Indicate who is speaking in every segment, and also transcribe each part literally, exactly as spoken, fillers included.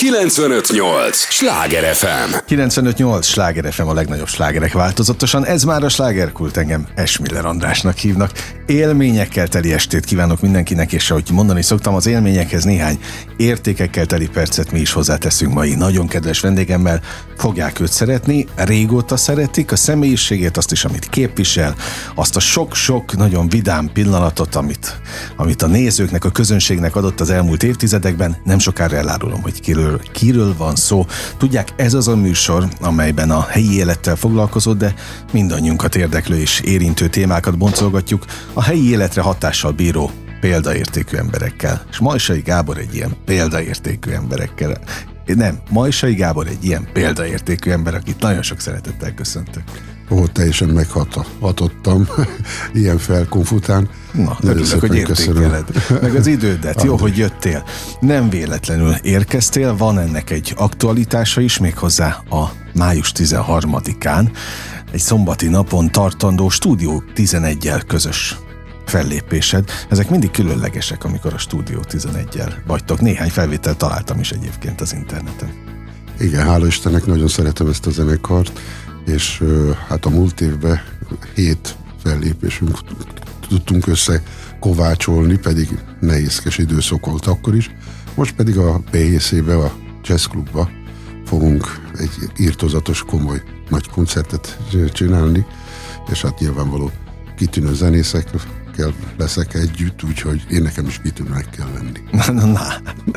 Speaker 1: kilencvenöt nyolc Sláger ef em.
Speaker 2: kilencvenöt nyolc Sláger ef em, a legnagyobb slágerek változatosan. Ez már a Slágerkult, engem Esmiller Andrásnak hívnak. Élményekkel teli estét kívánok mindenkinek, és ahogy mondani szoktam, az élményekhez néhány értékekkel teli percet mi is hozzáteszünk mai nagyon kedves vendégemmel. Fogják őt szeretni, régóta szeretik, a személyiségét, azt is, amit képvisel, azt a sok-sok nagyon vidám pillanatot, amit, amit a nézőknek, a közönségnek adott az elmúlt évtizedekben. Nem sokára elárulom, hogy kiről, kiről van szó. Tudják, ez az a műsor, amelyben a helyi élettel foglalkozó, de mindannyiunkat érdeklő és érintő témákat boncolgatjuk a helyi életre hatással bíró példaértékű emberekkel. És Majsai Gábor egy ilyen példaértékű emberekkel. Nem, Majsai Gábor egy ilyen példaértékű ember, akit nagyon sok szeretettel köszöntök.
Speaker 3: Ó, teljesen meghatottam ilyen felkonf után.
Speaker 2: Na, örülök, hogy értékeled. Meg az idődet. Jó, hogy jöttél. Nem véletlenül érkeztél, van ennek egy aktualitása is, méghozzá a május tizenharmadikán, egy szombati napon tartandó Stúdió tizeneggyel közös fellépésed. Ezek mindig különlegesek, amikor a Stúdió tizeneggyel vagytok. Néhány felvételt találtam is egyébként az interneten.
Speaker 3: Igen, hála Istennek, nagyon szeretem ezt a zenekart, és hát a múlt évben hét fellépésünk tudtunk össze kovácsolni, pedig nehézkes időszak volt akkor is. Most pedig a bé jé cé-be, a Jazz Clubba fogunk egy irtózatos, komoly nagy koncertet csinálni, és hát nyilvánvaló kitűnő zenészekkel leszek együtt, úgyhogy én nekem is kitűnőnek kell lenni.
Speaker 2: Na, na, na.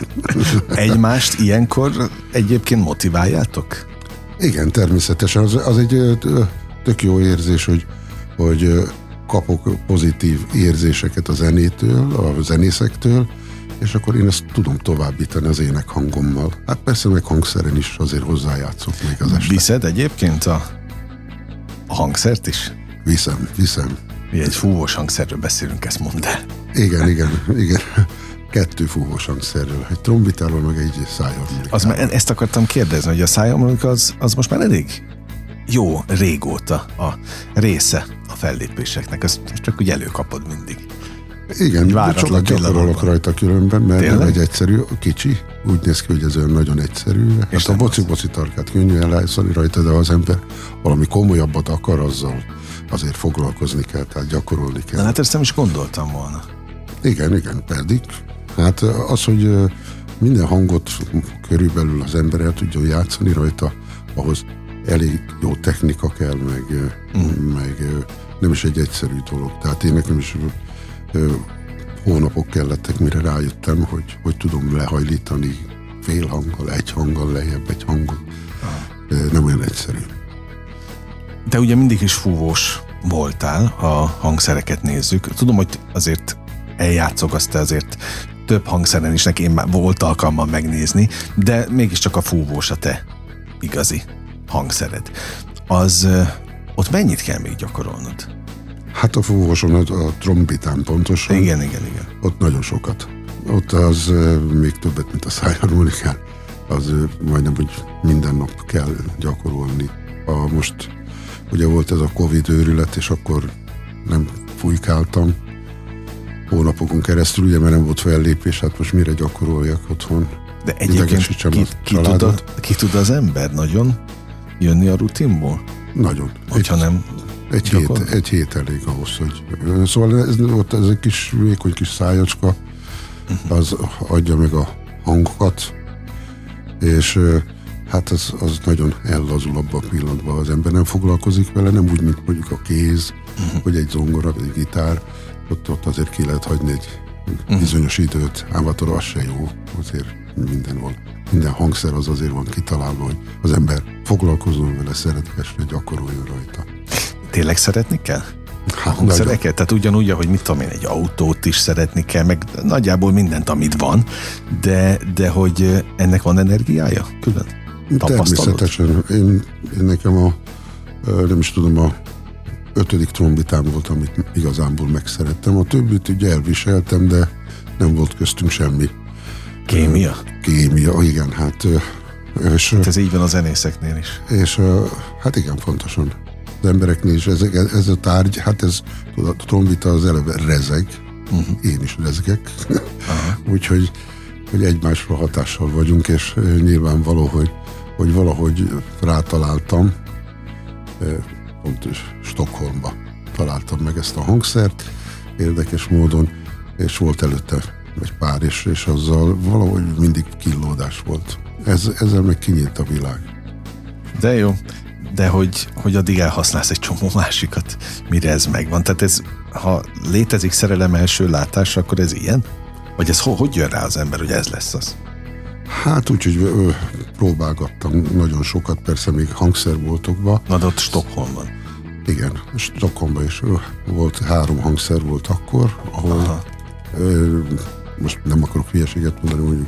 Speaker 2: Egymást ilyenkor egyébként motiváljátok?
Speaker 3: Igen, természetesen. Az, az egy tök jó érzés, hogy, hogy kapok pozitív érzéseket a zenétől, a zenészektől, és akkor én ezt tudom továbbítani az ének hangommal. Hát persze meg hangszeren is azért hozzájátszok még az este.
Speaker 2: Viszed egyébként a, a hangszert is?
Speaker 3: Viszem, viszem.
Speaker 2: Mi egy fúvós hangszerről beszélünk, ezt mondd el.
Speaker 3: Igen, igen, igen. Kettő fúvós hangszerről. Egy trombitáról, meg egy szájharmonikával.
Speaker 2: Ezt akartam kérdezni, hogy a szájharmonika az, az most már elég jó régóta a része a fellépéseknek. Ezt csak úgy előkapod mindig.
Speaker 3: Igen, sokat gyakorolok rajta különben, mert Tényleg? Nem egy egyszerű, kicsi, úgy néz ki, hogy ez olyan nagyon egyszerű. És hát a boci-boci tarkát könnyű elájszani rajta, de az ember valami komolyabbat akar, azzal azért foglalkozni kell, tehát gyakorolni kell.
Speaker 2: Na hát ezt nem is gondoltam volna.
Speaker 3: Igen, igen, pedig. Hát az, hogy minden hangot körülbelül az ember el tudjon játszani rajta, ahhoz elég jó technika kell, meg, mm. meg nem is egy egyszerű dolog. Tehát én nekem is hónapok kellettek, mire rájöttem, hogy, hogy tudom lehajlítani fél hanggal, egy hanggal, lejjebb egy hangot. Ah. Nem olyan egyszerű.
Speaker 2: De ugye mindig is fúvós voltál, ha hangszereket nézzük. Tudom, hogy azért eljátszogatsz te azért több hangszeren is, neki én már volt alkalmam megnézni, de mégiscsak a fúvós a te igazi hangszered. Az ott mennyit kell még gyakorolnod?
Speaker 3: Hát a fúvóson, a trombitán pontosan.
Speaker 2: Igen, igen, igen.
Speaker 3: Ott nagyon sokat. Ott az még többet, mint a szájharmonikán. Az majdnem, hogy minden nap kell gyakorolni. A most ugye volt ez a Covid őrület, és akkor nem fújkáltam hónapokon keresztül, ugye, mert nem volt fellépés, hát most mire gyakoroljak otthon?
Speaker 2: De egyébként ki, ki, tud a, ki tud az ember nagyon jönni a rutinból?
Speaker 3: Nagyon.
Speaker 2: Hogyha egy, nem
Speaker 3: egy hét, egy hét elég ahhoz, hogy... Szóval ez, ott ez egy kis vékony kis szájacska, uh-huh. az adja meg a hangokat, és hát az, az nagyon ellazul abban a pillanatban, az ember nem foglalkozik vele, nem úgy, mint mondjuk a kéz, uh-huh. vagy egy zongora, vagy egy gitár. Ott, ott azért ki lehet hagyni egy uh-huh. bizonyos időt, ám attól az se jó, azért minden van. Minden hangszer az azért van kitalálva, hogy az ember foglalkozzon vele, szeretgesre, gyakoroljon rajta.
Speaker 2: Tényleg szeretni kell?
Speaker 3: Hát,
Speaker 2: a hangszereket? Tehát ugyanúgy, hogy mit tudom én, egy autót is szeretni kell, meg nagyjából mindent, amit van, de, de hogy ennek van energiája külön?
Speaker 3: Természetesen. Én, én nekem a, nem is tudom, a ötödik trombitám volt, amit igazából megszerettem. A többit ugye elviseltem, de nem volt köztünk semmi.
Speaker 2: Kémia?
Speaker 3: Kémia, igen, hát... És,
Speaker 2: hát ez így van a zenészeknél is.
Speaker 3: És hát igen, fontosan. Az embereknél is ez, ez a tárgy, hát ez, a trombita az eleve rezeg, uh-huh. én is rezgek, uh-huh. úgyhogy hogy egymásra hatással vagyunk, és nyilvánvaló, hogy, hogy valahogy rátaláltam, pont Stockholmba találtam meg ezt a hangszert, érdekes módon, és volt előtte egy pár, és, és azzal valahogy mindig killódás volt. Ez, ezzel meg kinyílt a világ.
Speaker 2: De jó, de hogy, hogy addig elhasználsz egy csomó másikat, mire ez megvan. Tehát ez, ha létezik szerelem első látásra, akkor ez ilyen? Vagy ez hogy jön rá az ember, hogy ez lesz az?
Speaker 3: Hát úgy, hogy ö, próbálgattam nagyon sokat, persze még hangszerboltokba.
Speaker 2: Na, de ott Stockholmban.
Speaker 3: Igen, Stockholmban is ö, volt, három hangszer volt akkor, ahol ö, most nem akarok hülyeséget mondani, mondjuk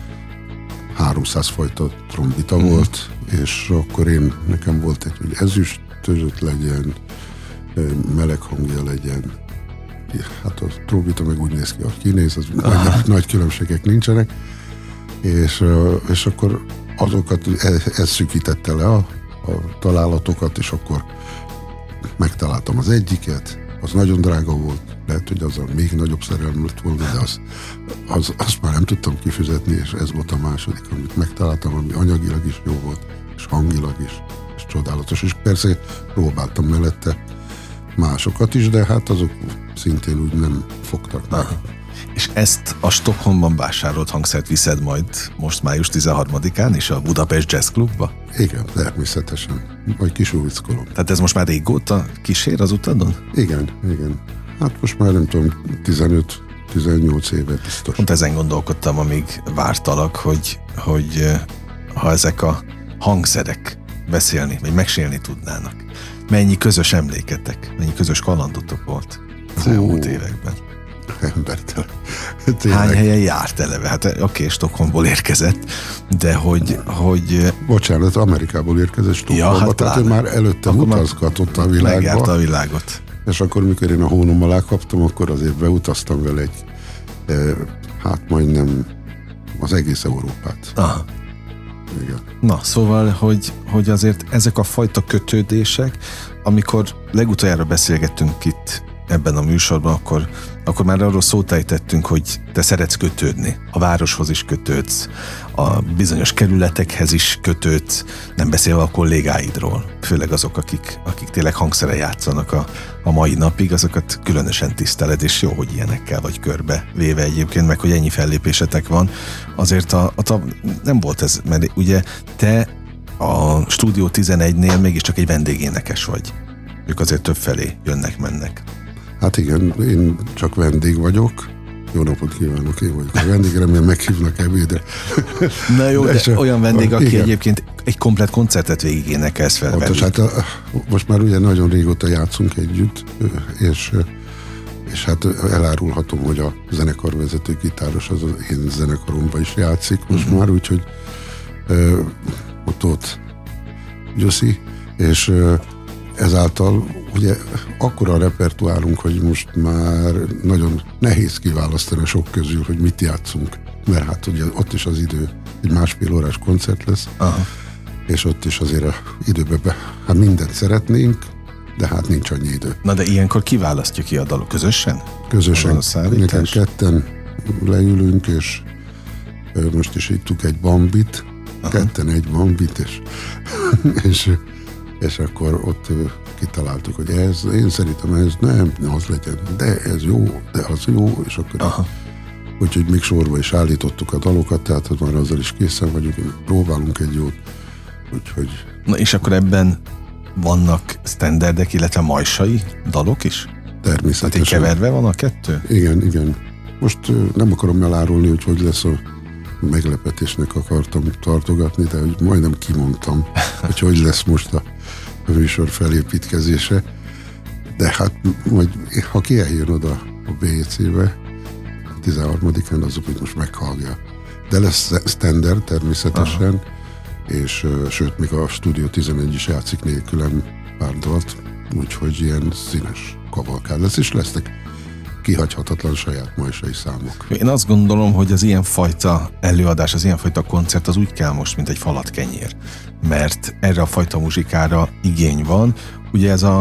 Speaker 3: háromszáz fajta trombita mm. volt, és akkor én, nekem volt egy, hogy ezüst tözött legyen, meleg hangja legyen. Hát a trombita meg úgy néz ki, ahogy kinéz, az nagy, nagy különbségek nincsenek, és, és akkor azokat, ez, ez szűkítette le a, a találatokat, és akkor megtaláltam az egyiket, az nagyon drága volt, lehet, hogy azzal még nagyobb szerelem lett volna, de az, az, azt már nem tudtam kifizetni, és ez volt a második, amit megtaláltam, ami anyagilag is jó volt, és hangilag is, és csodálatos, és persze próbáltam mellette másokat is, de hát azok szintén úgy nem fogtak meg.
Speaker 2: És ezt a Stockholmban vásárolt hangszert viszed majd most május tizenharmadikán is a Budapest Jazz Clubba?
Speaker 3: Igen, természetesen. Vagy Kisúvickolom.
Speaker 2: Tehát ez most már régóta kísér az utadon?
Speaker 3: Igen, igen. Hát most már nem tudom, tizenöt-tizennyolc éve biztos.
Speaker 2: Pont ezen gondolkodtam, amíg vártalak, hogy, hogy ha ezek a hangszerek beszélni, vagy mesélni tudnának. Mennyi közös emléketek, mennyi közös kalandotok volt az elmúlt években?
Speaker 3: Embertelen.
Speaker 2: Hány helyen járt eleve? Hát oké, okay, Stockholmból érkezett, de hogy... hogy...
Speaker 3: Bocsánat, Amerikából érkezett Stockholmba,
Speaker 2: ja, hát
Speaker 3: tehát már előtte utazgatott a világba.
Speaker 2: Megjárta a világot.
Speaker 3: És akkor, mikor én a hónom alá kaptam, akkor azért beutaztam vele egy, eh, hát majdnem az egész Európát.
Speaker 2: Aha.
Speaker 3: Igen.
Speaker 2: Na, szóval, hogy, hogy azért ezek a fajta kötődések, amikor legutoljára beszélgettünk itt ebben a műsorban, akkor, akkor már arról szót ejtettünk, hogy te szeretsz kötődni. A városhoz is kötődsz, a bizonyos kerületekhez is kötődsz, nem beszélve a kollégáidról. Főleg azok, akik, akik tényleg hangszere játszanak a, a mai napig, azokat különösen tiszteled, és jó, hogy ilyenekkel vagy körbe véve egyébként, meg hogy ennyi fellépésetek van. Azért a, a, a, nem volt ez, mert ugye te a Stúdió tizenegynél mégiscsak egy vendégénekes vagy. Ők azért több felé jönnek-mennek.
Speaker 3: Hát igen, én csak vendég vagyok. Jó napot kívánok, én vagyok a vendég, remélem meghívnak ebédre.
Speaker 2: Na jó, de, de olyan vendég, aki
Speaker 3: igen.
Speaker 2: egyébként egy komplett koncertet végig énekelsz fel.
Speaker 3: Pontos, hát a, most már ugye nagyon régóta játszunk együtt, és, és hát elárulhatom, hogy a zenekarvezető gitáros az az én zenekaromban is játszik most uh-huh. már, úgyhogy uh, ott ott Gyuszi, és uh, ezáltal ugye akkora a repertoárunk, hogy most már nagyon nehéz kiválasztani sok közül, hogy mit játszunk, mert hát ugye ott is az idő, egy másfél órás koncert lesz, aha. és ott is azért a időben be, hát mindent szeretnénk, de hát nincs annyi idő.
Speaker 2: Na de ilyenkor kiválasztjuk ki a dalok közösen?
Speaker 3: Közösen. Nekem ketten leülünk, és most is ittuk egy bambit, aha. ketten egy bambit, és, és és akkor ott kitaláltuk, hogy ez, én szerintem ez nem, az legyen, de ez jó, de az jó, és akkor aha. úgyhogy még sorba is állítottuk a dalokat, tehát hogy már azzal is készen vagyunk, próbálunk egy jót, úgyhogy...
Speaker 2: Na és akkor ebben vannak standardek, illetve majsai dalok is?
Speaker 3: Természetesen.
Speaker 2: Tehát így keverve van a kettő?
Speaker 3: Igen, igen. Most nem akarom elárulni, hogy hogy lesz a meglepetésnek akartam tartogatni, de hogy majdnem kimondtam, hogy hogy lesz most a műsor felépítkezése, de hát majd, ha ki eljön oda a bé é cé-be tizenharmadikán, azok, hogy most meghallja. De lesz standard természetesen, aha. és sőt, még a Stúdió tizenegy is játszik nélkülem pár dalt, úgyhogy ilyen színes kavalkád lesz, és lesznek kihagyhatatlan saját majsai számok.
Speaker 2: Én azt gondolom, hogy az ilyenfajta előadás, az ilyenfajta koncert az úgy kell most, mint egy falat kenyér. Mert erre a fajta muzsikára igény van. Ugye ez a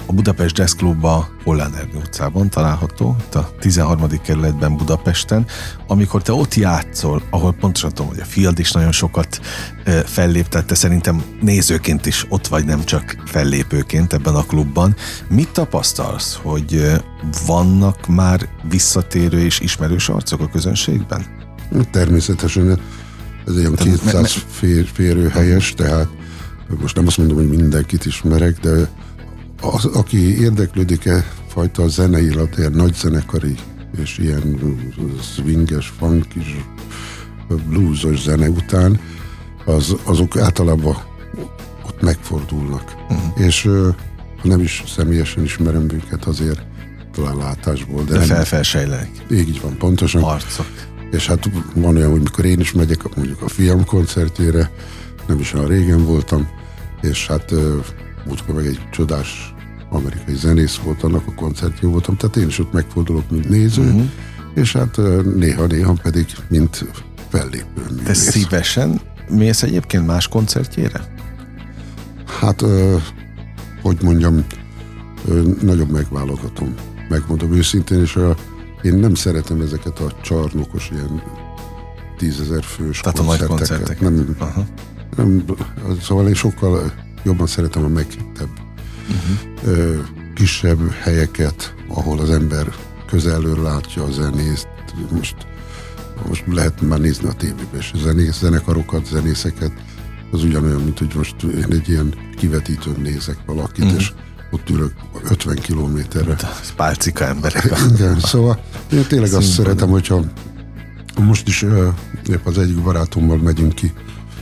Speaker 2: a Budapest Jazz Club a Hollán Ernő utcában található, itt a tizenharmadik kerületben Budapesten. Amikor te ott játszol, ahol pontosan tudom, hogy a Field is nagyon sokat fellép, tehát te szerintem nézőként is ott vagy, nem csak fellépőként ebben a klubban. Mit tapasztalsz, hogy vannak már visszatérő és ismerős arcok a közönségben?
Speaker 3: Természetesen ez egy olyan kétszáz férőhelyes, tehát most nem azt mondom, hogy mindenkit ismerek, de az, aki érdeklődik-e fajta zenei irat, ilyen nagy zenekari és ilyen swinges, funkis, bluesos zene után, az, azok általában ott megfordulnak. Uh-huh. És ha nem is személyesen ismerem őket, azért talán látásból. De,
Speaker 2: de felfelsejlenek.
Speaker 3: Így van, pontosan.
Speaker 2: Arcok.
Speaker 3: És hát van olyan, hogy mikor én is megyek mondjuk a fiam koncertjére, nem is olyan régen voltam, és hát múltkor meg egy csodás amerikai zenész volt, annak a koncertjén voltam, tehát én is ott megfordulok, mint néző, uh-huh. és hát néha-néha pedig, mint fellépő művész.
Speaker 2: Te szívesen mész egyébként más koncertjére?
Speaker 3: Hát, hogy mondjam, nagyon megválogatom, megmondom őszintén, és én nem szeretem ezeket a csarnokos, ilyen tízezer fős
Speaker 2: tehát
Speaker 3: koncerteket.
Speaker 2: A nagy koncerteket.
Speaker 3: Nem, nem, szóval én sokkal jobban szeretem a meghittebb, uh-huh. kisebb helyeket, ahol az ember közelről látja a zenészt. Most, most lehet már nézni a tévében is zenész, zenekarokat, zenészeket. Az ugyanolyan, mint hogy most én egy ilyen kivetítőn nézek valakit, uh-huh. és ott ülök ötven kilométerre.
Speaker 2: Pálcika emberek.
Speaker 3: Igen, szóval én tényleg Színben. Azt szeretem, hogyha most is épp az egyik barátommal megyünk ki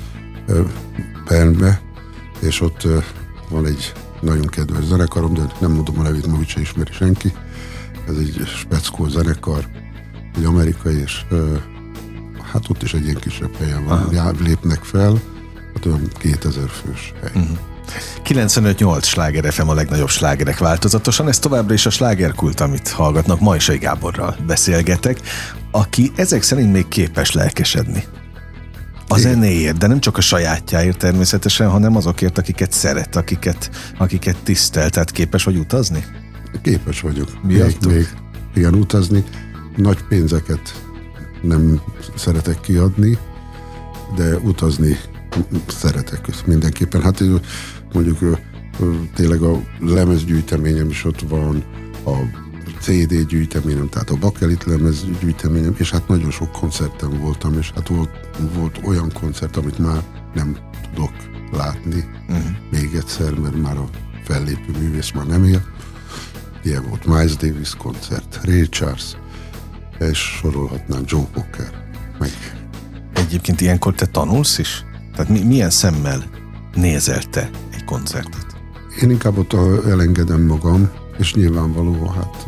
Speaker 3: Bernbe, és ott van egy nagyon kedves zenekarom, de nem mondom a nevét, mert úgyse ismeri senki. Ez egy speckó zenekar, egy amerikai, és hát ott is egy ilyen kisebb helyen van. Aha. Lépnek fel, hát olyan kétezer fős hely. Uh-huh.
Speaker 2: kilencvenöt nyolc Sláger ef em a legnagyobb slágerek változatosan, ez továbbra is a slágerkult, amit hallgatnak. Majsai Gáborral beszélgetek, aki ezek szerint még képes lelkesedni a zenéért, de nem csak a sajátjáért természetesen, hanem azokért, akiket szeret, akiket, akiket tisztel. Tehát képes vagy utazni?
Speaker 3: Képes vagyok. Még, még igen, utazni. Nagy pénzeket nem szeretek kiadni, de utazni szeretek mindenképpen. Hát mondjuk tényleg a lemezgyűjteményem is ott van, a cé dé gyűjteményem, tehát a bakelit lemez gyűjteményem, és hát nagyon sok koncerten voltam, és hát volt, volt olyan koncert, amit már nem tudok látni uh-huh. még egyszer, mert már a fellépő művész már nem él. Ilyen volt Miles Davis koncert, Ray Charles, és sorolhatnám Joe Cocker, meg.
Speaker 2: Egyébként ilyenkor te tanulsz is? Tehát mi, milyen szemmel nézel te egy koncertet?
Speaker 3: Én inkább ott elengedem magam, és nyilvánvaló, hát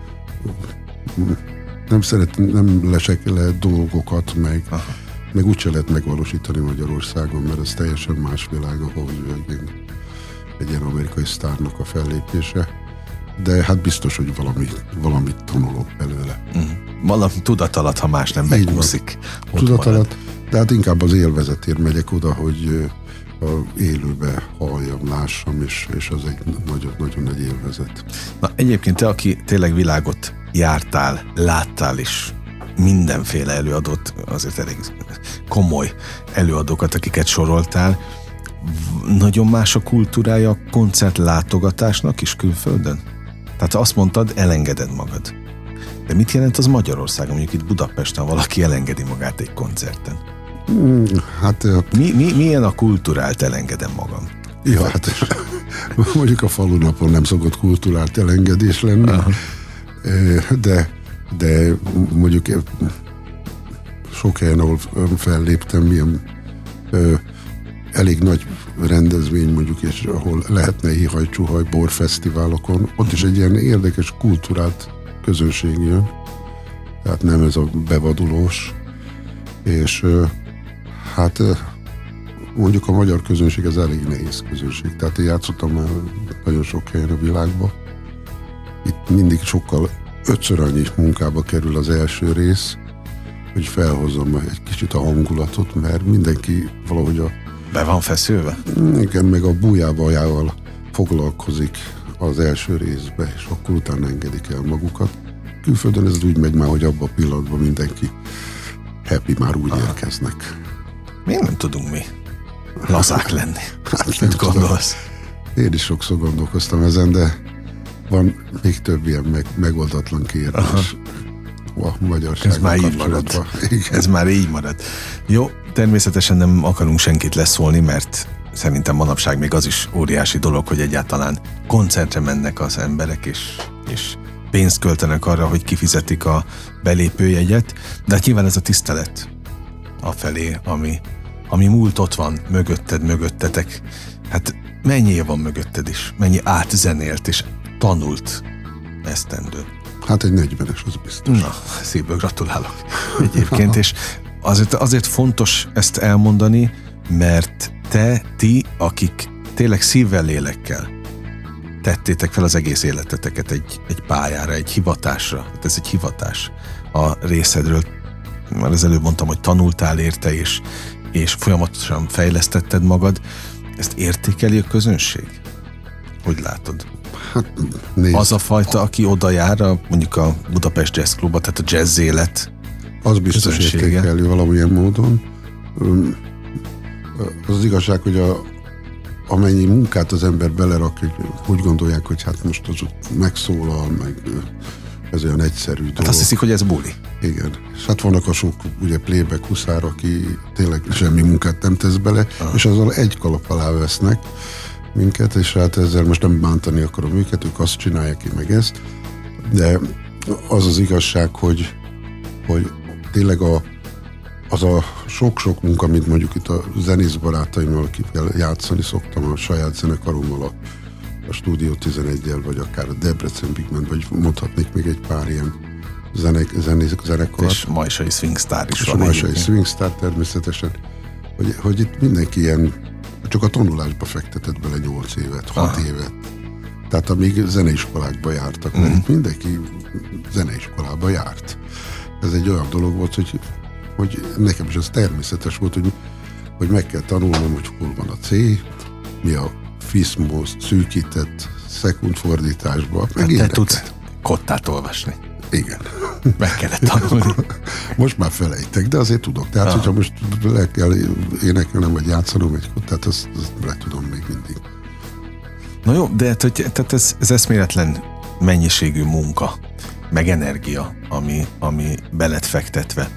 Speaker 3: nem szeretem, nem lesek le dolgokat, meg, meg úgyse lehet megvalósítani Magyarországon, mert ez teljesen más világ, ahogy egy, egy ilyen amerikai sztárnak a fellépése, de hát biztos, hogy valami, valamit tanulok belőle. Uh-huh.
Speaker 2: Valami tudat alatt, ha más nem megúszik.
Speaker 3: Tudat alatt, de hát inkább az élvezetért megyek oda, hogy a élőbe halljam, lássam, és, és az egy nagyon, nagyon nagy élvezet.
Speaker 2: Na egyébként te, aki tényleg világot jártál, láttál is mindenféle előadót, azért elég komoly előadókat, akiket soroltál, nagyon más a kultúrája a koncertlátogatásnak is külföldön? Tehát azt mondtad, elengeded magad. De mit jelent az Magyarországon, mondjuk itt Budapesten valaki elengedi magát egy koncerten?
Speaker 3: Hát,
Speaker 2: mi, mi, milyen a kulturált elengedem magam?
Speaker 3: Ja, hát mondjuk a falunapon nem szokott kulturált elengedés lenni, aha. de de mondjuk sok helyen, ahol felléptem, milyen elég nagy rendezvény mondjuk, és ahol lehetne hihaj-csuhaj borfesztiválokon, ott is egy ilyen érdekes kultúrát közönség jön, tehát nem ez a bevadulós, és hát mondjuk a magyar közönség ez elég nehéz közönség, tehát én játszottam már nagyon sok helyen a világban, itt mindig sokkal ötször annyi munkába kerül az első rész, hogy felhozzam egy kicsit a hangulatot, mert mindenki valahogy a...
Speaker 2: Be van feszülve?
Speaker 3: Igen, meg a bújábajával foglalkozik, a, az első részbe, és akkor utána engedik el magukat. Külföldön ez úgy megy már, hogy abban a pillanatban mindenki happy, már úgy Aha. érkeznek.
Speaker 2: Miért nem tudunk mi lazák lenni? Hát, mit gondolsz?
Speaker 3: Én is sokszor gondolkoztam ezen, de van még több ilyen meg, megoldatlan kérdés. A
Speaker 2: Ez már így marad. Ez már így marad. Jó, természetesen nem akarunk senkit leszólni, mert szerintem manapság még az is óriási dolog, hogy egyáltalán koncertre mennek az emberek, és, és pénzt költenek arra, hogy kifizetik a belépőjegyet, de hát nyilván ez a tisztelet afelé, ami, ami múlt ott van, mögötted, mögöttetek. Hát mennyi év van mögötted is? Mennyi átzenélt és tanult esztendő?
Speaker 3: Hát egy negyvenes, az biztos.
Speaker 2: Na, szívből gratulálok egyébként, és azért, azért fontos ezt elmondani, mert te, ti, akik tényleg szívvel, lélekkel tettétek fel az egész életeteket egy, egy pályára, egy hivatásra, hát ez egy hivatás a részedről. Már az előbb mondtam, hogy tanultál érte, és, és folyamatosan fejlesztetted magad. Ezt értékeli a közönség? Hogy látod?
Speaker 3: Hát, nézd.
Speaker 2: Az a fajta, aki oda jár, a, mondjuk a Budapest Jazz Klubba, tehát a jazz élet
Speaker 3: az biztos értékeli valamilyen módon. Az igazság, hogy a, amennyi munkát az ember belerak, úgy gondolják, hogy hát most az megszólal, meg ez olyan egyszerű dolog.
Speaker 2: Hát azt hiszik, hogy ez buli.
Speaker 3: Igen. És hát vannak a sok ugye playback huszár, aki tényleg semmi munkát nem tesz bele, ah. és azzal egy kalap alá vesznek minket, és hát ezzel most nem bántani akarom őket, ők azt csinálják ki meg ezt, de az az igazság, hogy, hogy tényleg a, az a sok-sok munka, mint mondjuk itt a zenész barátaimmal, akikkel játszani szoktam a saját zenekarommal, a, a Stúdió tizeneggyel, vagy akár a Debrecen Big Band, vagy mondhatnék még egy pár ilyen zenek, zenész, zenekart.
Speaker 2: És Majsai Swingstar is
Speaker 3: és
Speaker 2: van.
Speaker 3: És a Majsai Swingstar természetesen, hogy, hogy itt mindenki ilyen, csak a tanulásba fektetett bele nyolc évet, hat Aha. évet. Tehát amíg zeneiskolákba jártak, mert mm. itt mindenki zeneiskolába járt. Ez egy olyan dolog volt, hogy, hogy nekem is ez természetes volt, hogy, hogy meg kell tanulnom, hogy hol van a C, mi a fizmos szűkített szekundfordításba.
Speaker 2: Hát te tudsz kottát olvasni.
Speaker 3: Igen.
Speaker 2: Meg kellett tanulni.
Speaker 3: Most már felejtek, de azért tudok. Tehát, Aha. hogyha most le kell énekelnem, vagy játszanom egy kottát, azt, azt le tudom még mindig.
Speaker 2: Na jó, de tehát ez, ez eszméletlen mennyiségű munka, meg energia, ami, ami beled fektetve.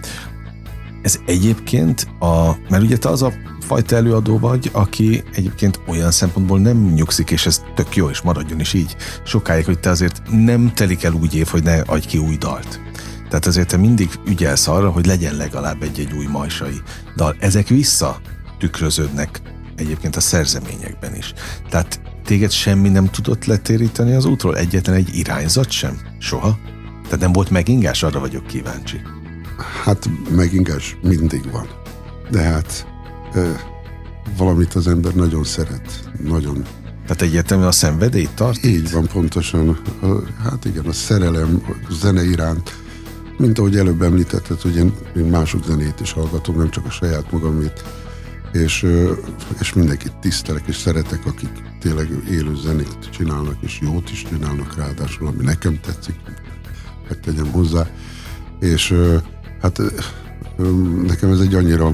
Speaker 2: Ez egyébként, a, mert ugye te az a fajta előadó vagy, aki egyébként olyan szempontból nem nyugszik, és ez tök jó, és maradjon is így sokáig, hogy te azért nem telik el úgy év, hogy ne adj ki új dalt. Tehát azért te mindig ügyelsz arra, hogy legyen legalább egy-egy új Majsai dal. Ezek vissza tükröződnek egyébként a szerzeményekben is. Tehát téged semmi nem tudott letéríteni az útról? Egyetlen egy irányzat sem? Soha? Tehát nem volt megingás? Arra vagyok kíváncsi.
Speaker 3: Hát megingás mindig van. De hát ö, valamit az ember nagyon szeret. Nagyon.
Speaker 2: Tehát egyértelműen a szenvedély tart?
Speaker 3: Így van, pontosan. Hát igen, a szerelem, a zene iránt, mint ahogy előbb említetted, hogy én, én mások zenét is hallgatom, nem csak a saját magamét, és, és mindenkit tisztelek és szeretek, akik tényleg élő zenét csinálnak, és jót is csinálnak ráadásul, ami nekem tetszik, megtegyem hozzá. És hát nekem ez egy annyira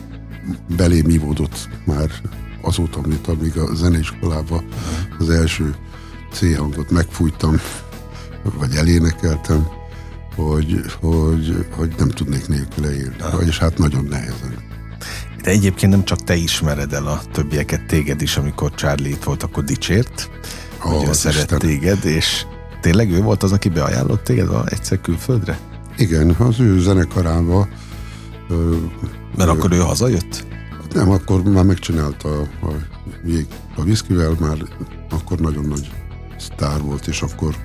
Speaker 3: belém ivódott már azóta, amit amíg a zeneiskolában az első C hangot megfújtam, vagy elénekeltem, hogy, hogy, hogy nem tudnék nélküle élni. Vagyis hát nagyon nehezen.
Speaker 2: De egyébként nem csak te ismered el a többieket, téged is, amikor Charlie itt volt, akkor dicsért, oh, hogy ő szeret Isten. téged, és tényleg ő volt az, aki beajánlott téged egyszer külföldre?
Speaker 3: Igen, az ő zenekarában.
Speaker 2: Mert ő, akkor ő hazajött?
Speaker 3: Nem, akkor már megcsinálta a, a, a Whiskyvel, már akkor nagyon nagy sztár volt, és akkor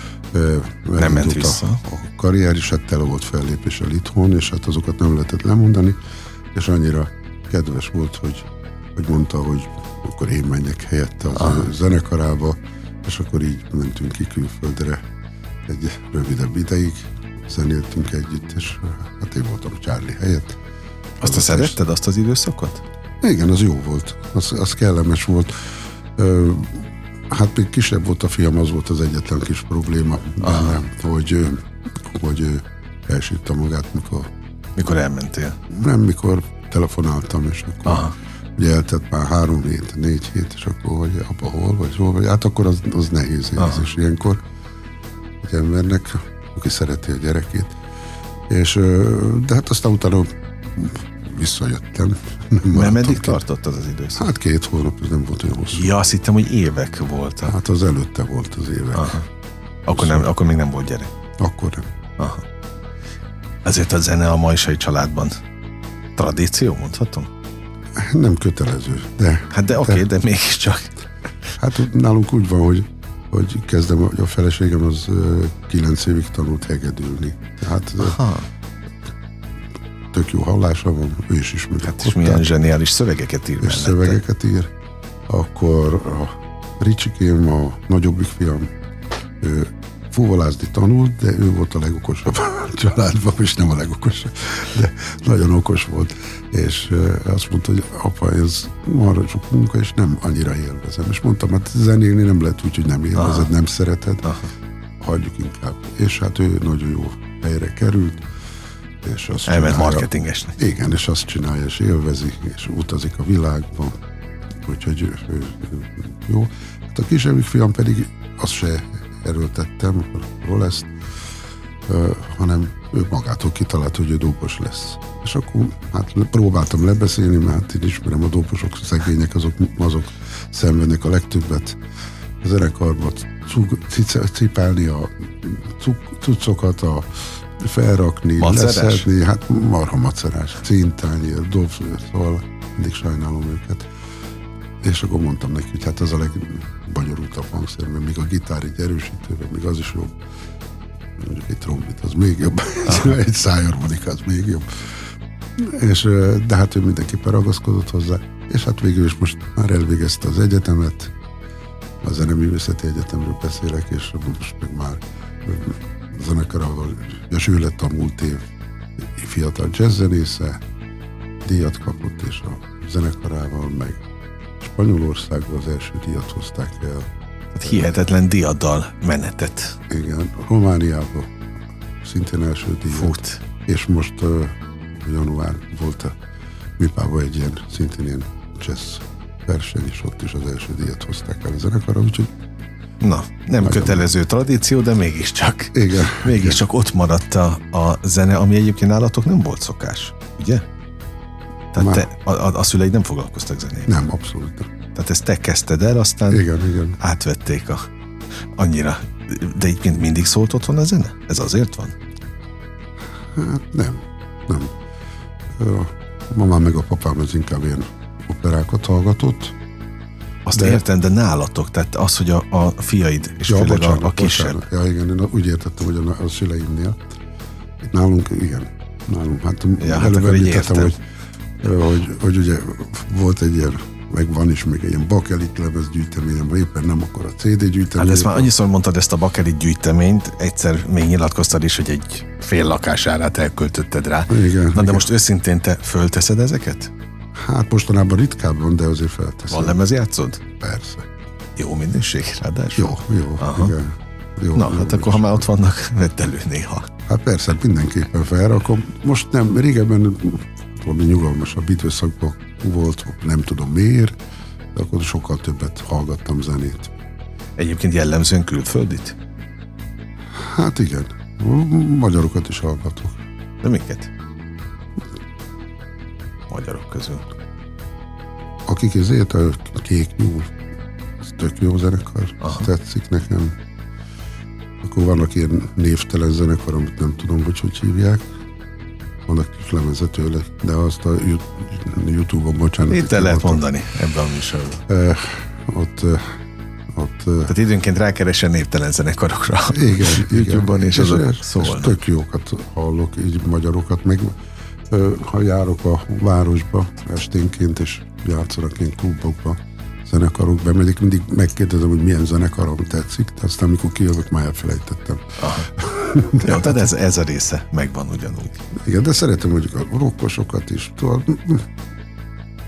Speaker 2: nem ment vissza.
Speaker 3: A, a karrier is, hát tele volt fellépéssel itthon, és hát azokat nem lehetett lemondani, és annyira kedves volt, hogy, hogy mondta, hogy akkor én menjek helyette az Aha. zenekarába, és akkor így mentünk ki külföldre egy rövidebb ideig, zenéltünk együtt, és hát én voltam Charlie helyett.
Speaker 2: Azt a szeretted, azt az időszakot?
Speaker 3: Igen, az jó volt, az, az kellemes volt. Ö, Hát még kisebb volt a fiam, az volt az egyetlen kis probléma benne, hogy, hogy elsírta magát, mikor...
Speaker 2: Mikor elmentél?
Speaker 3: Nem, mikor telefonáltam, és akkor Aha. ugye eltett már három hét, négy hét, és akkor, hogy apa hol vagy, hol vagy, hát akkor az, az nehéz érzés ilyenkor egy embernek, aki szereti a gyerekét. És, de hát aztán utána visszajöttem.
Speaker 2: Nem, nem meddig tartott az az időszak?
Speaker 3: Hát két hónap, ez nem volt olyan hosszú.
Speaker 2: Ja, azt hittem, hogy évek voltak.
Speaker 3: Hát az előtte volt az évek.
Speaker 2: Aha. Akkor, nem, akkor még nem volt gyerek?
Speaker 3: Akkor nem.
Speaker 2: Aha. Ezért a zene a Majsai családban tradíció, mondhatom?
Speaker 3: Nem kötelező, de...
Speaker 2: Hát de oké, okay, de, de mégiscsak.
Speaker 3: Hát nálunk úgy van, hogy, hogy kezdem, hogy a feleségem az kilenc évig tanult hegedülni. Hát Aha. tök jó hallása van, ő is ismeri.
Speaker 2: Hát és milyen zseniális szövegeket ír.
Speaker 3: És szövegeket ír. Akkor a Ricsikém, a nagyobbik fiam, ő fuvolázni tanult, de ő volt a legokosabb a családban, és nem a legokosabb, de nagyon okos volt, és azt mondta, hogy apa, ez marra sok munka, és nem annyira élvezem. És mondtam, hát zenélni nem lehet úgy, hogy nem élvezed, Aha. nem szereted, Aha. hagyjuk inkább. És hát ő nagyon jó helyre került, és azt
Speaker 2: elment marketingesnek.
Speaker 3: Igen, és azt csinálja, és élvezi, és utazik a világban, úgyhogy ő, ő, ő, jó. Hát a kisebbik fiam pedig azt se erőltettem róla ezt, uh, hanem ő magától kitalált, hogy ő dópos lesz. És akkor hát próbáltam lebeszélni, mert hát én ismerem a dóposok, szegények, azok, azok szenvednek a legtöbbet. A zenekarban cipelni a cuccokat, a felrakni, macerás. Leszedni, hát marha macerás, cíntányér, dob, szóval mindig sajnálom őket. És akkor mondtam neki, hogy hát ez a legbanyolultabb hangszer, mert még a gitár egy erősítőben, még az is jobb. Mondjuk egy trombit, az még jobb. Egy szájharmonika, az még jobb. És, de hát ő mindenképpen ragaszkodott hozzá. És hát végül is most már elvégezte az egyetemet, a Zeneművészeti Egyetemről beszélek, és most meg már zenekarával, és ő lett a múlt év fiatal jazzzenésze, díjat kapott, és a zenekarával meg Spanyolországban az első díjat hozták el.
Speaker 2: Hát hihetetlen diaddal menetett.
Speaker 3: Igen, Romániában szintén első díjat.
Speaker 2: Fut.
Speaker 3: És most uh, január volt a Mipában egy ilyen, szintén ilyen jazz verseny, és ott is az első díjat hozták el a zenekarra, úgyhogy
Speaker 2: na, nem nagyon kötelező tradíció, de mégiscsak.
Speaker 3: Igen.
Speaker 2: Mégiscsak igen. Ott maradt a, a zene, ami egyébként nálatok nem volt szokás, ugye? Tehát te, a, a, a szüleid nem foglalkoztak zenével?
Speaker 3: Nem, abszolút nem.
Speaker 2: Tehát ezt te kezdted el, aztán
Speaker 3: igen, igen.
Speaker 2: átvették a annyira. De egyébként mindig szólt otthon a zene? Ez azért van?
Speaker 3: Hát nem, nem. A mamám meg a papám az inkább ilyen operákat hallgatott.
Speaker 2: Azt de... értem, de nálatok, tehát az, hogy a, a fiaid, és
Speaker 3: ja,
Speaker 2: főleg
Speaker 3: bocsánat,
Speaker 2: a, a kisebb.
Speaker 3: Bocsánat. Ja, igen, én úgy értettem, hogy a, a szüleimnél. Nálunk, igen, nálunk. Hát
Speaker 2: ja, előbb hát említettem,
Speaker 3: hogy, hogy, hogy ugye volt egy ilyen, meg van is még egy ilyen bakelit lemez gyűjteményem, vagy éppen nem akkor a cé dé gyűjtemény.
Speaker 2: Hát ezt már annyiszor mondtad, ezt a bakelit gyűjteményt, egyszer még nyilatkoztad is, hogy egy fél lakásárát elköltötted rá.
Speaker 3: Igen.
Speaker 2: Na
Speaker 3: igen.
Speaker 2: de most őszintén te fölteszed ezeket?
Speaker 3: Hát mostanában ritkábban, de azért felteszem.
Speaker 2: Van lemez játszod?
Speaker 3: Persze.
Speaker 2: Jó minőség, ráadásul?
Speaker 3: Jó, jó, Aha. igen. Jó,
Speaker 2: Na,
Speaker 3: jó,
Speaker 2: hát akkor ha már ott vannak, vedd elő néha.
Speaker 3: Hát persze, mindenképpen felrakom. Most nem, régebben valami nyugalmasabb időszakban volt, nem tudom miért, de akkor sokkal többet hallgattam zenét.
Speaker 2: Egyébként jellemzően külföldit?
Speaker 3: Hát igen, magyarokat is hallgatok.
Speaker 2: De miket? Magyarok közül.
Speaker 3: Akik ezért a Kék Nyúl, ez tök jó zenekar, tetszik nekem. Akkor vannak ilyen névtelen zenekar, amit nem tudom, hogy hogy hívják. Vannak kis lemeze tőle, de azt a YouTube-on, bocsánat.
Speaker 2: Itt el lehet mondani ebben a műsorban.
Speaker 3: Eh, ott, eh, ott...
Speaker 2: Tehát időnként rákeresen névtelen zenekarokra.
Speaker 3: Igen,
Speaker 2: YouTube-on, és, és azok
Speaker 3: és
Speaker 2: szólnak.
Speaker 3: Tök jókat hallok, így magyarokat, meg eh, ha járok a városba esténként, és játszanak ilyen klubokba, zenekarok bemegyek, mindig megkérdezem, hogy milyen zenekarom tetszik, de aztán amikor kijövök, már elfelejtettem.
Speaker 2: Jó, tehát ez, ez a része megvan ugyanúgy.
Speaker 3: Igen, de szeretem mondjuk a rockosokat is. Tudod,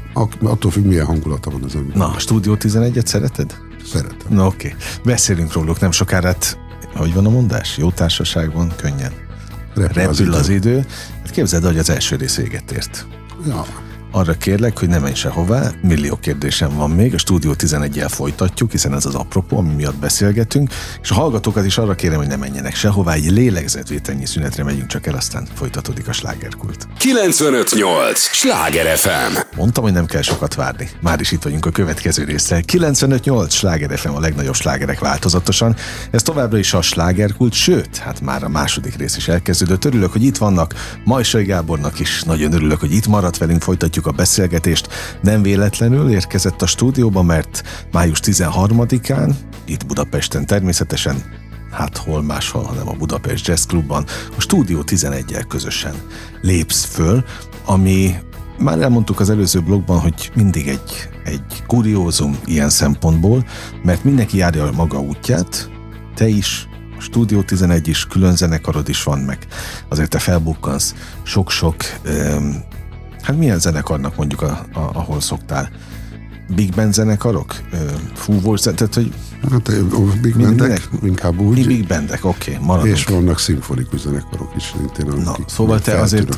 Speaker 3: Attól függ, milyen hangulata van az ember.
Speaker 2: Na, a Stúdió tizenegyet szereted?
Speaker 3: Szeretem.
Speaker 2: Na oké, okay. Beszélünk róluk nem sokára, hát, hogy van a mondás? Jó társaságban, könnyen. Repül, Repül az, az idő. idő. Hát képzeld, hogy az első rész véget ért.
Speaker 3: Ja.
Speaker 2: Arra kérlek, hogy ne menj sehová, millió kérdésem van még, a Stúdió tizeneggyel folytatjuk, hiszen ez az apropó, ami miatt beszélgetünk, és a hallgatókat is arra kérem, hogy ne menjenek sehová, egy lélegzetvételnyi szünetre megyünk csak el, aztán folytatódik a slágerkult.
Speaker 1: kilencvenöt nyolc Sláger ef em.
Speaker 2: Mondtam, hogy nem kell sokat várni. Már is itt vagyunk a következő résszel. kilencvenöt nyolc Sláger ef em, a legnagyobb slágerek változatosan. Ez továbbra is a slágerkult, sőt, hát már a második rész is elkezdődött. Örülök, hogy itt vannak. Majsai Gábornak is nagyon örülök, hogy itt maradt velünk, folytatjuk a beszélgetést. Nem véletlenül érkezett a stúdióba, mert május tizenharmadikán, itt Budapesten természetesen, hát hol máshol, hanem a Budapest Jazz Clubban, a Stúdió tizeneggyel közösen lépsz föl, ami már elmondtuk az előző blogban, hogy mindig egy, egy kuriózum ilyen szempontból, mert mindenki járja a maga útját, te is, a Stúdió tizenegy is, külön zenekarod is van, meg azért te felbukkansz sok-sok um, hát milyen zenekarnak mondjuk, a, a, ahol szoktál? Big band zenekarok? Fúvós zenekarok? Tehát, hogy
Speaker 3: hát a big bandek, inkább úgy.
Speaker 2: Big bandek, oké, okay, maradunk.
Speaker 3: És vannak szimfonikus zenekarok is. Szintén,
Speaker 2: na, szóval te azért,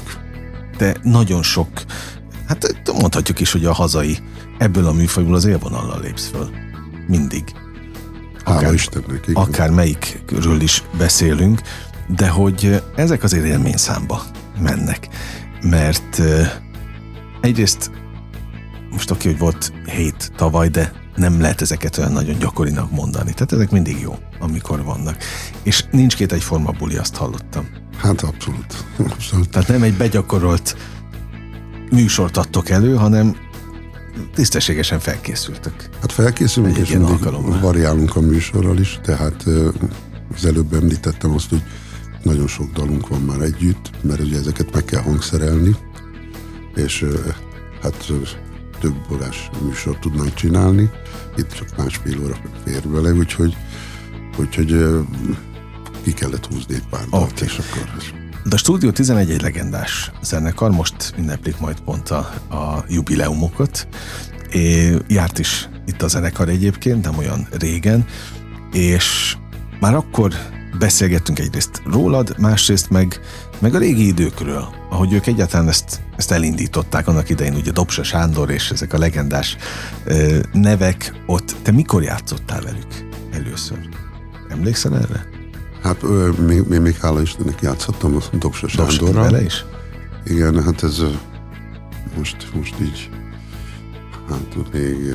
Speaker 2: te nagyon sok, hát mondhatjuk is, hogy a hazai, ebből a műfajból az élvonallal lépsz föl. Mindig.
Speaker 3: Akár, hála Istennek. Igen.
Speaker 2: Akár melyikről is beszélünk, de hogy ezek azért élményszámba mennek. Mert egyrészt most oké, hogy volt hét tavaly, de nem lehet ezeket olyan nagyon gyakorinak mondani. Tehát ezek mindig jó, amikor vannak. És nincs két egyforma buli, azt hallottam.
Speaker 3: Hát abszolút. abszolút.
Speaker 2: Tehát nem egy begyakorolt műsort adtok elő, hanem tisztességesen felkészültök.
Speaker 3: Hát felkészülünk, és mindig variálunk a műsorral is, tehát az előbb említettem azt, hogy nagyon sok dalunk van már együtt, mert ugye ezeket meg kell hangszerelni, és hát több órás műsort tudnánk csinálni, itt csak másfél óra fér vele, úgyhogy, úgyhogy ki kellett húzni egy pár dalt, okay. És akkor...
Speaker 2: De a Stúdió tizenegy egy legendás zenekar, most ünneplik majd pont a, a jubileumokat. É, járt is itt a zenekar egyébként, nem olyan régen, és már akkor beszélgettünk egyrészt rólad, másrészt meg, meg a régi időkről, ahogy ők egyáltalán ezt, ezt elindították annak idején, ugye Dobsa Sándor és ezek a legendás ö, nevek ott. Te mikor játszottál velük először? Emlékszel erre?
Speaker 3: Hát ö, még, még, még hála Istennek játszottam a Dobsa Sándorral.
Speaker 2: Vele is?
Speaker 3: Igen, hát ez most, most így hát még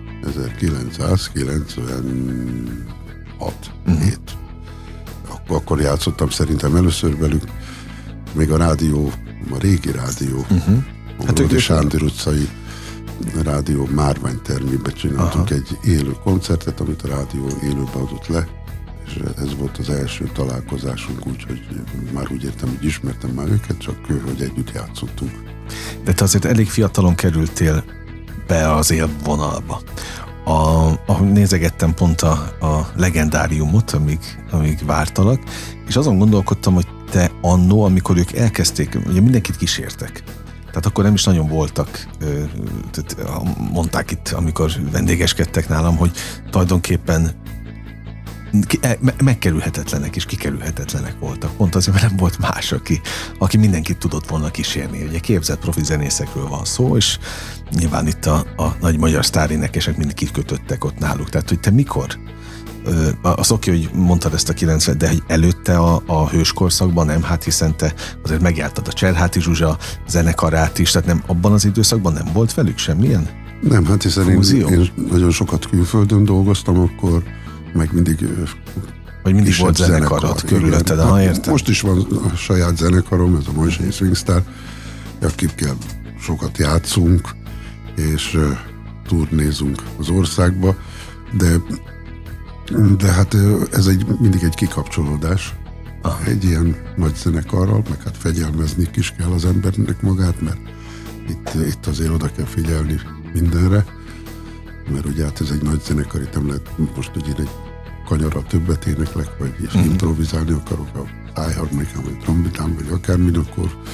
Speaker 3: ezerkilencszázkilencvenhat uh-huh. hét. Akkor játszottam szerintem először velük, még a rádió, a régi rádió, uh-huh. a hát Sándor utcai rádió márványtermében csináltunk Aha. egy élő koncertet, amit a rádió élőbe adott le, és ez volt az első találkozásunk, úgyhogy már úgy értem, hogy ismertem már őket, csak hogy együtt játszottunk.
Speaker 2: De te azért elég fiatalon kerültél be az élvonalba. A, ahogy nézegettem pont a, a legendáriumot, amíg, amíg vártalak, és azon gondolkodtam, hogy te annó, amikor ők elkezdték, ugye mindenkit kísértek. Tehát akkor nem is nagyon voltak, tehát mondták itt, amikor vendégeskedtek nálam, hogy tulajdonképpen megkerülhetetlenek és kikerülhetetlenek voltak. Pont azért, mert nem volt más, aki, aki mindenkit tudott volna kísérni. Ugye képzett profi zenészekről van szó, és nyilván itt a, a nagy magyar sztárénekesek mindig kikötöttek ott náluk. Tehát, hogy te mikor? Az oké, hogy mondtad ezt a kilencven, de hogy előtte a, a hőskorszakban nem, hát hiszen te azért megjártad a Cserháti Zsuzsa zenekarát is, tehát nem, abban az időszakban nem volt velük semmilyen
Speaker 3: Nem, hát hiszen én, én nagyon sokat külföldön dolgoztam, akkor meg mindig
Speaker 2: vagy mindig volt zenekarod körülötted, ha értem.
Speaker 3: Most is van a saját zenekarom, ez a Majsai Swingstar, akikkel sokat játszunk, és uh, turnézunk az országba, de, de hát ez egy, mindig egy kikapcsolódás. Aha. Egy ilyen nagy zenekarral, meg hát fegyelmezni is kell az embernek magát, mert itt, itt azért oda kell figyelni mindenre, mert ugye hát ez egy nagy zenekar, itt nem lehet most, hogy én egy kanyarral többet éneklek, vagy és mm-hmm. improvizálni akarok a tájharmonikán, vagy trombitán, vagy akármin, akkor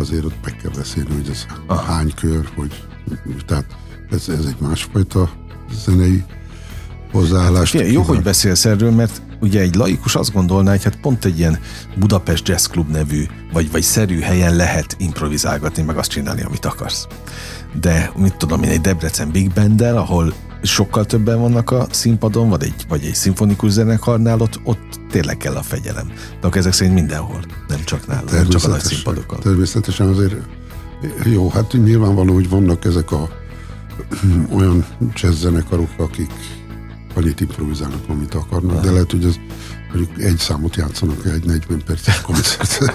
Speaker 3: azért ott meg kell beszélni, hogy ez Aha. hány kör, hogy tehát ez, ez egy másfajta zenei hozzáállást.
Speaker 2: Hát, jó, hogy beszélsz erről, mert ugye egy laikus azt gondolná, hogy hát pont egy ilyen Budapest Jazz Club nevű, vagy, vagy szerű helyen lehet improvizálgatni, meg azt csinálni, amit akarsz. De mit tudom én, egy Debrecen Big Banddel, ahol sokkal többen vannak a színpadon, vagy egy, vagy egy szimfonikus zenekarnál, ott, ott tényleg kell a fegyelem. De akkor ezek szerint mindenhol, nem csak nálunk, nem csak a nagy színpadokon.
Speaker 3: Természetesen azért jó, hát nyilvánvaló, hogy vannak ezek a olyan jazz zenekarok, akik annyit improvizálnak, amit akarnak, de lehet, hogy az mondjuk egy számot játszanak egy negyven perces koncert.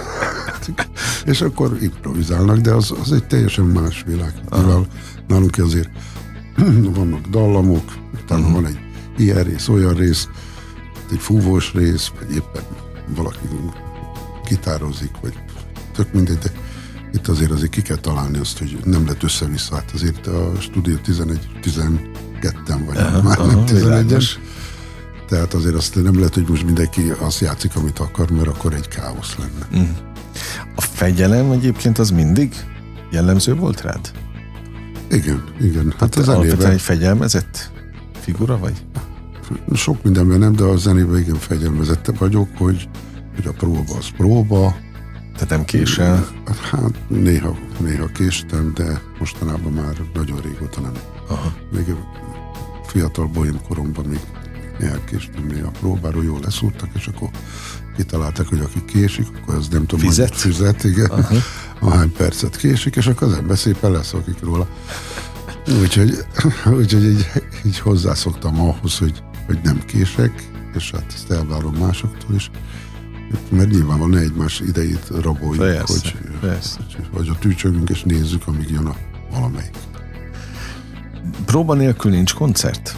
Speaker 3: És akkor improvizálnak, de az, az egy teljesen más világ. Nyilván nálunk azért vannak dallamok, utána uh-huh. van egy ilyen rész, olyan rész, egy fúvós rész, vagy éppen valaki gitározik, vagy tök mindegy, de itt azért azért ki kell találni azt, hogy nem lett össze-vissza. Hát azért a stúdió tizenegy, tizenketten vagy, aha, már aha, nem tizenegyes. Tehát azért azt nem lehet, hogy most mindenki azt játszik, amit akar, mert akkor egy káosz lenne. Mm.
Speaker 2: A fegyelem egyébként az mindig jellemző volt rád?
Speaker 3: Igen, igen.
Speaker 2: Hát az alapvetően egy fegyelmezett figura vagy?
Speaker 3: Sok mindenben nem, de a zenében igen fegyelmezette vagyok, hogy, hogy a próba az próba.
Speaker 2: Tehát nem késel?
Speaker 3: Hát néha, néha késtem, de mostanában már nagyon régóta nem. Aha. Még fiatal bohém koromban még elkéstem néha a próbáról, jól leszúrtak, és akkor kitalálták, hogy aki késik, akkor az nem tudom,
Speaker 2: fizet,
Speaker 3: fizet igen, uh-huh. ahány percet késik, és akkor az ember szépen leszokik róla. Úgyhogy, úgyhogy így, így hozzászoktam ahhoz, hogy, hogy nem kések, és hát ezt elvárom másoktól is, mert nyilvánvalóan ne egymás idejét raboljuk, persze, hogy,
Speaker 2: persze.
Speaker 3: hogy, hogy a tűcsögünk és nézzük, amíg jön a valamelyik.
Speaker 2: Próba nélkül nincs koncert?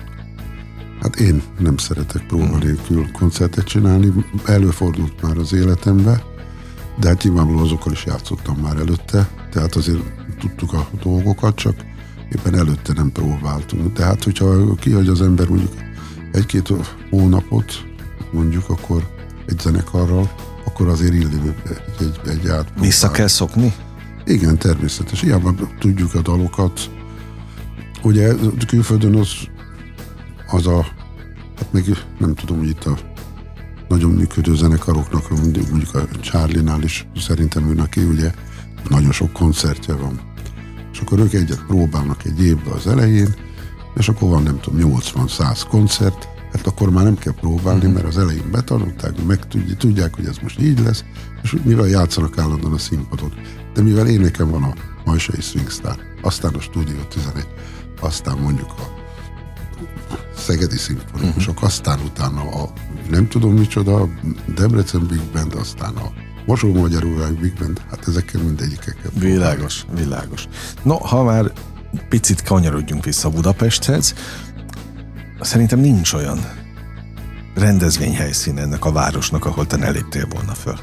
Speaker 3: Hát én nem szeretek próba nélkül koncertet csinálni, előfordult már az életembe, de hát nyilvánvalóan azokkal is játszottam már előtte, tehát azért tudtuk a dolgokat, csak éppen előtte nem próbáltunk. Tehát, hogyha kihagy az ember mondjuk egy-két hónapot, mondjuk akkor egy zenekarral, akkor azért illik egy, egy, egy átpróbál.
Speaker 2: Vissza kell szokni?
Speaker 3: Igen, természetes. Ilyen tudjuk a dalokat. Ugye külföldön az az a, hát még nem tudom, hogy itt a nagyon működő zenekaroknak, mondjuk a Charlie-nál is szerintem ő neki ugye nagyon sok koncertje van. És akkor ők egyet próbálnak egy évben az elején, és akkor van nem tudom nyolcvan-száz koncert, hát akkor már nem kell próbálni, mert az elején betanulták, meg tudják, hogy ez most így lesz, és mivel játszanak állandóan a színpadon. De mivel én nekem van a Majsai Swing Star, aztán a Stúdió tizenegy, aztán mondjuk a Szegedi Szimfonikusok, uh-huh. aztán utána a nem tudom micsoda, Debrecen Big Band, aztán a Mosó-Magyarország Big Band, hát ezekkel mindegyikekkel.
Speaker 2: Világos, világos. No, ha már picit kanyarodjunk vissza Budapesthez, szerintem nincs olyan rendezvényhelyszín ennek a városnak, ahol te ne léptél volna föl.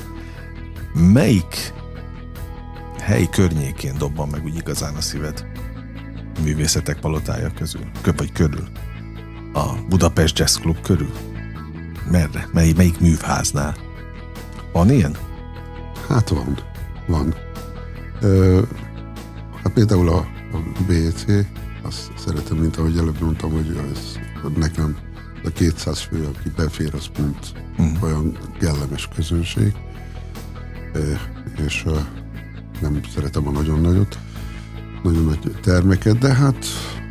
Speaker 2: Melyik hely környékén dobban meg úgy igazán a szíved művészetek palotája közül, köp vagy körül? A Budapest Jazz Club körül? Merre? Mely, melyik művháznál? Van ilyen?
Speaker 3: Hát van, van. Ö, hát például a, a bé cé, azt szeretem, mint ahogy előbb mondtam, hogy ez nekem a kétszáz fő, aki befér, az pont mm. olyan kellemes közönség, ö, és ö, nem szeretem a nagyon nagyot, nagyon nagy termeket, de hát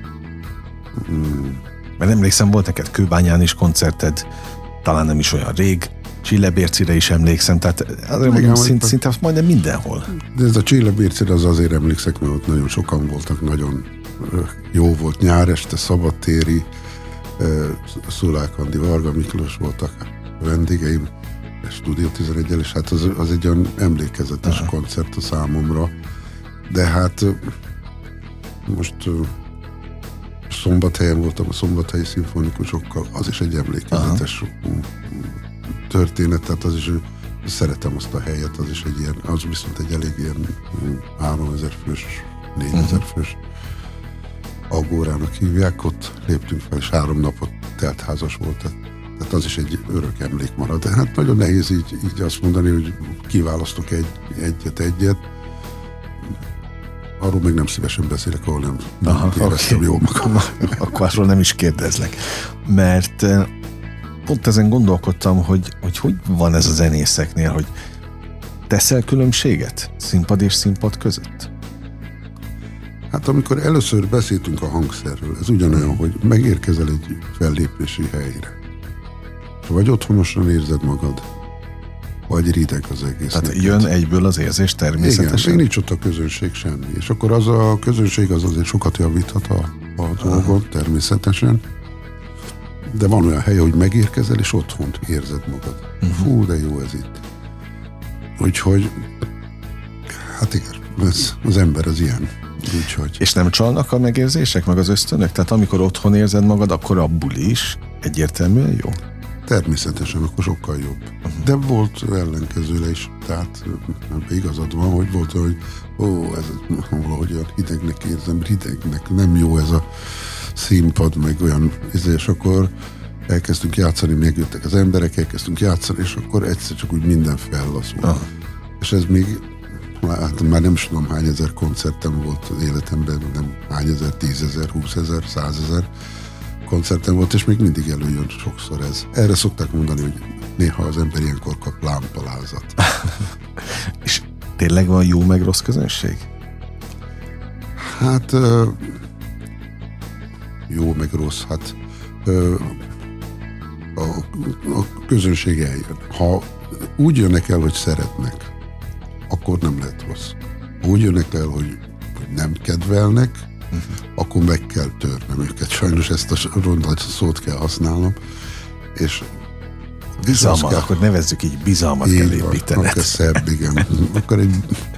Speaker 3: mm,
Speaker 2: mert emlékszem, volt neked Kőbányán is koncerted, talán nem is olyan rég, Csillebércire is emlékszem, tehát azért mondom, szint, szinte majdnem mindenhol.
Speaker 3: De ez a Csillebércire az azért emlékszek, mert ott nagyon sokan voltak, nagyon jó volt nyár este, szabadtéri, Szulák Andi, Varga Miklós voltak a vendégeim, Stúdió tizenegyel, és hát az, az egy olyan emlékezetes Aha. koncert a számomra, de hát most Szombathelyen voltam a szombathelyi szimfonikusokkal, az is egy emlékezetes Aha. történet, tehát az is, szeretem azt a helyet, az is egy ilyen, az viszont egy elég ilyen háromezer fős, négyezer uh-huh. fős Agórának hívják, ott léptünk fel, és három napot teltházas volt, tehát Tehát az is egy örök emlék marad. De hát nagyon nehéz így, így azt mondani, hogy kiválasztok egy, egyet-egyet. Arról még nem szívesen beszélek, ahol nem, nem Aha, éreztem okay. jól magam.
Speaker 2: Akkor arról nem is kérdezlek. Mert pont ezen gondolkodtam, hogy, hogy hogy van ez a zenészeknél, hogy teszel különbséget színpad és színpad között?
Speaker 3: Hát amikor először beszéltünk a hangszerről, ez ugyanolyan, hogy megérkezel egy fellépési helyre. Vagy otthonosan érzed magad, vagy rideg az egész.
Speaker 2: Tehát neked. Jön egyből az érzés természetesen?
Speaker 3: Igen, még nincs ott a közönség semmi. És akkor az a közönség az azért sokat javíthat a, a dolgot, természetesen. De van olyan hely, hogy megérkezel, és otthon érzed magad. Uh-huh. Fú, de jó ez itt. Úgyhogy, hát igen, ez, az ember az ilyen. Úgyhogy.
Speaker 2: És nem csalnak a megérzések, meg az ösztönök? Tehát amikor otthon érzed magad, akkor a buli is egyértelműen jó?
Speaker 3: Természetesen, akkor sokkal jobb. Uh-huh. De volt ellenkezőle is, tehát igazad van, hogy volt, hogy ó, ez valahogy olyan hidegnek érzem, hidegnek, nem jó ez a színpad, meg olyan, és akkor elkezdtünk játszani, megjöttek az emberek, elkezdtünk játszani, és akkor egyszer csak úgy minden fellaszul. Uh-huh. És ez még, hát már nem is tudom hány ezer koncertem volt az életemben, nem hány ezer, tízezer, húszezer, százezer koncerten volt, és még mindig előjön sokszor ez. Erre szokták mondani, hogy néha az ember ilyenkor kap lámpalázat.
Speaker 2: És tényleg van jó meg rossz közönség?
Speaker 3: Hát jó meg rossz, hát a, a közönség eljön. Ha úgy jönnek el, hogy szeretnek, akkor nem lehet rossz. Ha úgy jönnek el, hogy nem kedvelnek, uh-huh. akkor meg kell törnem őket. Sajnos ezt a ronda szót kell használnom. És
Speaker 2: bizalmat, kell, akkor nevezzük így, bizalmat így kell építened.
Speaker 3: Akkor szebb, igen. Akkor egy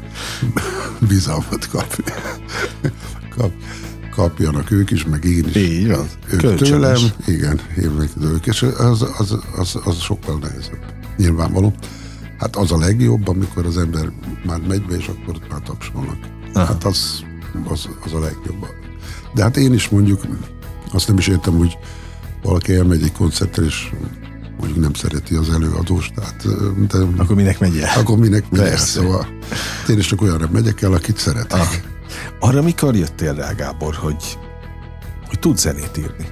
Speaker 3: bizalmat kap, kap, kapjanak ők is, meg én is.
Speaker 2: Így van.
Speaker 3: Ők tőlem, igen, én meg ők. És az, az, az, az sokkal nehezebb. Nyilvánvaló. Hát az a legjobb, amikor az ember már megy be, és akkor már tapsolnak. Aha. Hát az, az, az a legjobb. De hát én is mondjuk, azt nem is értem, hogy valaki elmegy egy koncertre, és mondjuk nem szereti az előadóst. Tehát, de,
Speaker 2: akkor minek megy el?
Speaker 3: Akkor minek megy el. Szóval én is csak olyanra megyek el, akit szeretek. Ah.
Speaker 2: Arra mikor jöttél rá, Gábor, hogy, hogy tudsz zenét írni?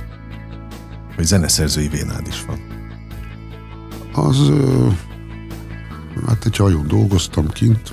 Speaker 2: Hogy zeneszerzői vénád is van?
Speaker 3: Az... Hát egy hajón dolgoztam kint,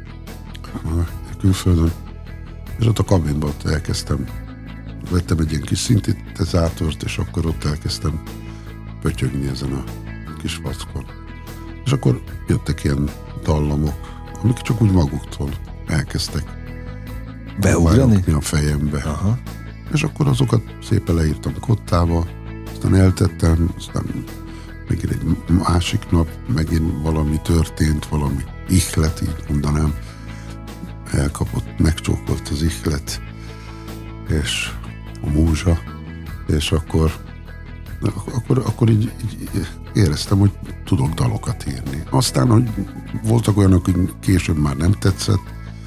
Speaker 3: külföldön, és ott a kabinban ott elkezdtem. Vettem egy ilyen kis szintetizátort, és akkor ott elkezdtem pötyögni ezen a kis vackon. És akkor jöttek ilyen dallamok, amik csak úgy maguktól elkezdtek
Speaker 2: beugrani
Speaker 3: a fejembe.
Speaker 2: Aha.
Speaker 3: És akkor azokat szépen leírtam kottába, aztán eltettem, aztán megint egy másik nap megint valami történt, valami ihlet, így mondanám. Elkapott, megcsókolt az ihlet, és a múzsa, és akkor, akkor, akkor így, így éreztem, hogy tudok dalokat írni. Aztán, hogy voltak olyanok, hogy később már nem tetszett.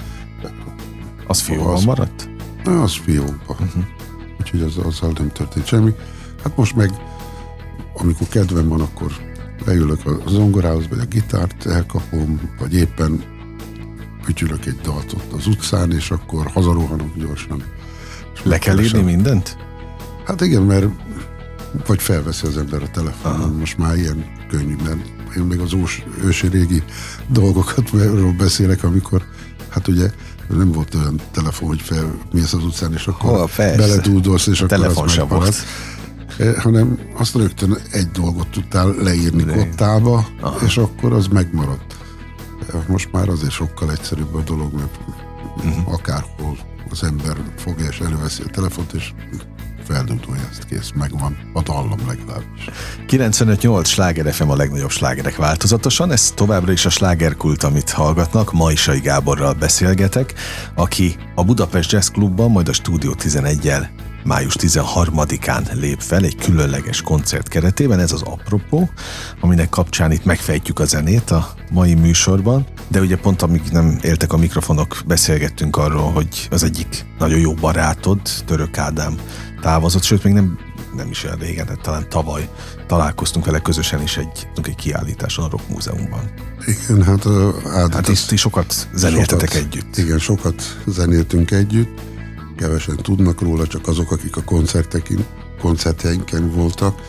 Speaker 2: Az fióban az, maradt?
Speaker 3: Az fióban. Uh-huh. Úgyhogy az, azzal nem történt semmi. Hát most meg amikor kedvem van, akkor leülök a zongorához, vagy a gitárt elkapom, vagy éppen pütyülök egy dalt ott az utcán, és akkor hazarohanok gyorsan.
Speaker 2: Le kell írni mindent?
Speaker 3: Hát igen, mert vagy felveszi az ember a telefonon, most már ilyen könnyű, mert én még az ős, ősi régi dolgokat beszélek, amikor, hát ugye nem volt olyan telefon, hogy felmész az utcán, és akkor oh, beledúdolsz, és a akkor az megmarad. Hanem azt rögtön egy dolgot tudtál leírni De. kottába, Aha. és akkor az megmaradt. Most már azért sokkal egyszerűbb a dolog, mert uh-huh. akárhol az ember fogja és előveszi a telefont, és feldudolja, ezt kész, megvan a dallam legalábbis.
Speaker 2: kilencvenöt nyolc Sláger ef em a legnagyobb slágerek változatosan, ez továbbra is a slágerkult, amit hallgatnak. Majsai Gáborral beszélgetek, aki a Budapest Jazz Klubban, majd a Stúdió tizeneggyel május tizenharmadikán lép fel egy különleges koncert keretében, ez az apropó, aminek kapcsán itt megfejtjük a zenét a mai műsorban, de ugye pont amíg nem éltek a mikrofonok, beszélgettünk arról, hogy az egyik nagyon jó barátod, Török Ádám távozott, sőt még nem nem is olyan régen, de talán tavaly találkoztunk vele közösen is egy, egy kiállításon a Rock Múzeumban.
Speaker 3: Igen, hát... Hát,
Speaker 2: hát is, ti sokat zenéltetek sokat, együtt.
Speaker 3: Igen, sokat zenéltünk együtt, kevesen tudnak róla, csak azok, akik a koncerteken, koncertjeinken voltak.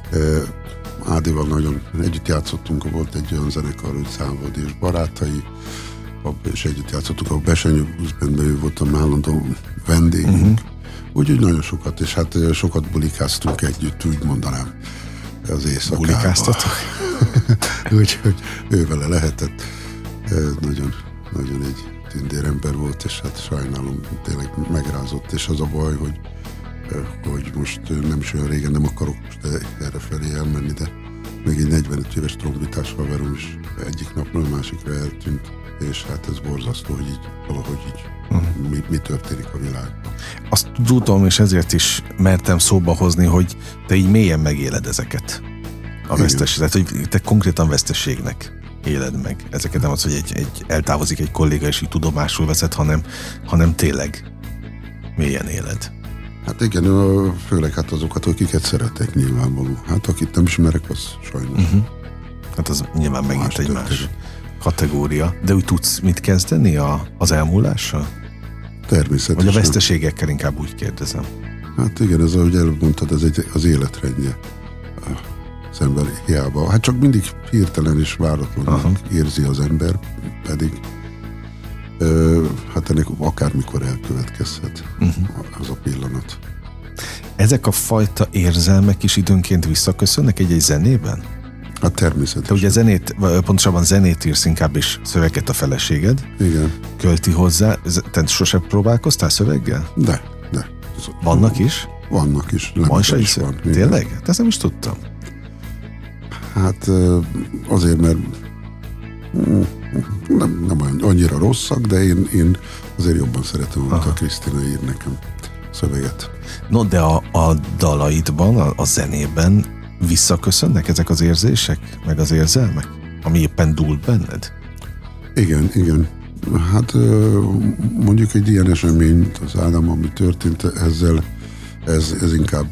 Speaker 3: Ádival nagyon együtt játszottunk, volt egy olyan zenekar, hogy Szálvadi és barátai, és együtt játszottuk a Besenyő Bluesbandben, ő volt a állandó vendégünk. Uh-huh. Úgyhogy nagyon sokat, és hát sokat bulikáztunk együtt, úgy mondanám, az éjszakában.
Speaker 2: Bulikáztatok?
Speaker 3: Úgyhogy ővele lehetett. Nagyon, nagyon egy tündérember volt, és hát sajnálom, tényleg megrázott, és az a baj, hogy, hogy most nem is olyan régen, nem akarok most erre felé elmenni, de még egy negyvenöt éves trombitás haverom is egyik napról a másikra eltűnt, és hát ez borzasztó, hogy így valahogy így uh-huh. mi, mi történik a világban.
Speaker 2: Azt tudom, és ezért is mertem szóba hozni, hogy te így mélyen megéled ezeket a veszteséget, hogy te konkrétan veszteségnek éled meg ezeket, nem az, hogy egy, egy eltávozik egy kolléga, és így tudomásul veszed, hanem, hanem tényleg mélyen éled.
Speaker 3: Hát igen, főleg hát azokat, akiket szeretek nyilvánvaló. Hát akit nem ismerek, az sajnos. Uh-huh.
Speaker 2: Hát az nyilván megint más egy más történik. Kategória. De úgy tudsz mit kezdeni a, az elmúlással?
Speaker 3: Természetesen.
Speaker 2: Vagy a veszteségekkel, inkább úgy kérdezem.
Speaker 3: Hát igen, ez ahogy elmondtad, ez egy, az életrendje az ember hiába. Hát csak mindig hirtelen és váratlanul érzi az ember, pedig ö, hát ennek akármikor elkövetkezhet uh-huh. az a pillanat.
Speaker 2: Ezek a fajta érzelmek is időnként visszaköszönnek egy-egy zenében?
Speaker 3: Hát természetesen.
Speaker 2: Te ugye zenét, pontosabban zenét írsz, inkább is szöveget a feleséged.
Speaker 3: Igen.
Speaker 2: Költi hozzá. Te sosem próbálkoztál szöveggel?
Speaker 3: De, de.
Speaker 2: Vannak is?
Speaker 3: Vannak is.
Speaker 2: Van se is van. Tényleg? Hát ezt nem is tudtam.
Speaker 3: Hát azért, mert nem, nem annyira rosszak, de én, én azért jobban szeretem, amit a Krisztina ír nekem szöveget.
Speaker 2: No, de a, a dalaidban, a, a zenében visszaköszönnek ezek az érzések, meg az érzelmek, ami éppen dúlt benned?
Speaker 3: Igen, igen. Hát mondjuk egy ilyen esemény, az Ádám, ami történt ezzel, ez, ez inkább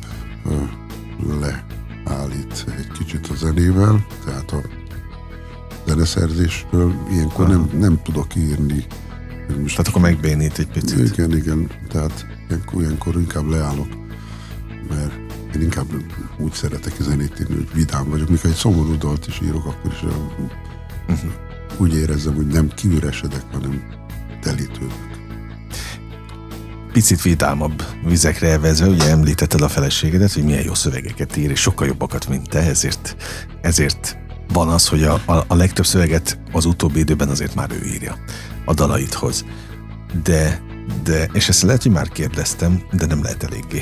Speaker 3: leállít egy kicsit a zenével, tehát a zeneszerzésről ilyenkor nem, nem tudok írni.
Speaker 2: Most tehát akkor megbénít egy picit.
Speaker 3: Igen, igen, tehát ilyenkor, ilyenkor inkább leállok, mert én inkább úgy szeretek zenét írni, hogy vidám vagyok. Mikor egy szomorú dalt is írok, akkor is uh-huh. úgy érezzem, hogy nem kiüresedek, hanem telítődök.
Speaker 2: Picit vidámabb vizekre elvezve, ugye említetted a feleségedet, hogy milyen jó szövegeket ír, és sokkal jobbakat, mint te, ezért, ezért van az, hogy a, a, a legtöbb szöveget az utóbbi időben azért már ő írja a dalaidhoz. De, de, és ezt lehet, hogy már kérdeztem, de nem lehet eléggé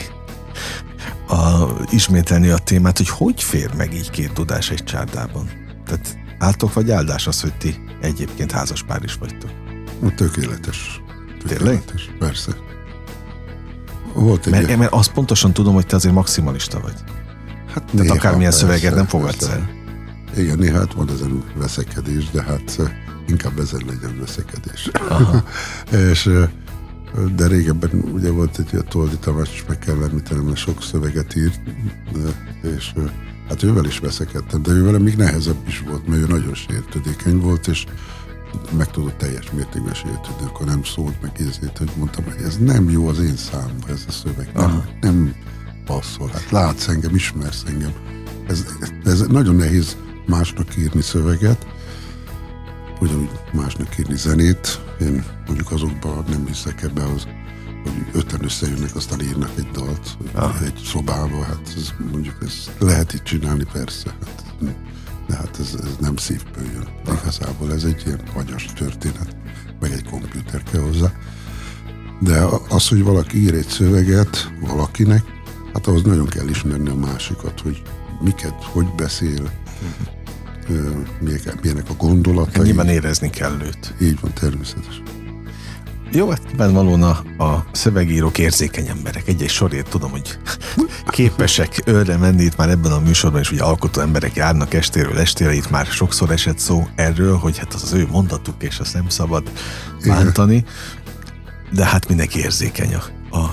Speaker 2: a, ismételni a témát, hogy hogy fér meg így két tudás egy csárdában? Tehát áltok vagy áldás az, hogy ti egyébként házaspár is vagytok?
Speaker 3: Tökéletes.
Speaker 2: Tökéletes.
Speaker 3: Tényleg? Persze. Volt egy
Speaker 2: mert,
Speaker 3: ilyen...
Speaker 2: mert azt pontosan tudom, hogy te azért maximalista vagy.
Speaker 3: Hát
Speaker 2: tehát akármilyen persze, szöveget nem fogadsz el.
Speaker 3: Igen, néha hát van ezen veszekedés, de hát inkább ezen legyen veszekedés. És, de régebben ugye volt egy ilyen Toldi Tamás, és meg kell említenem, mert sok szöveget írt, és hát ővel is veszekedtem, de ővel még nehezebb is volt, mert ő nagyon sértődékeny volt, és meg tudott teljes mértékben sértődni, akkor nem szólt meg ezért, hogy mondtam, hogy ez nem jó az én számba, ez a szöveg, nem, nem passzol. Hát látsz engem, ismersz engem. Ez, ez nagyon nehéz másnak írni szöveget, ugyanúgy másnak írni zenét. Én mondjuk azokban nem hiszek ebbe, az, hogy öten összejönnek, aztán írnak egy dalt ah. egy szobába, hát ez, mondjuk ezt lehet így csinálni, persze, hát, de hát ez, ez nem szívből jön. Ah. Igazából ez egy ilyen agyas történet, meg egy komputer kell hozzá. De az, hogy valaki ír egy szöveget valakinek, hát ahhoz nagyon kell ismerni a másikat, hogy miket, hogy beszél, uh-huh. milyenek a gondolatai.
Speaker 2: Nyilván érezni kell őt.
Speaker 3: Így van, természetesen.
Speaker 2: Jó, hát nyilvánvalóan a, a szövegírók érzékeny emberek. Egy-egy sorért tudom, hogy képesek őre menni itt már ebben a műsorban, és ugye alkotó emberek járnak estéről estére, itt már sokszor esett szó erről, hogy hát az az ő mondatuk, és azt nem szabad bántani. De hát mindenki érzékeny a, a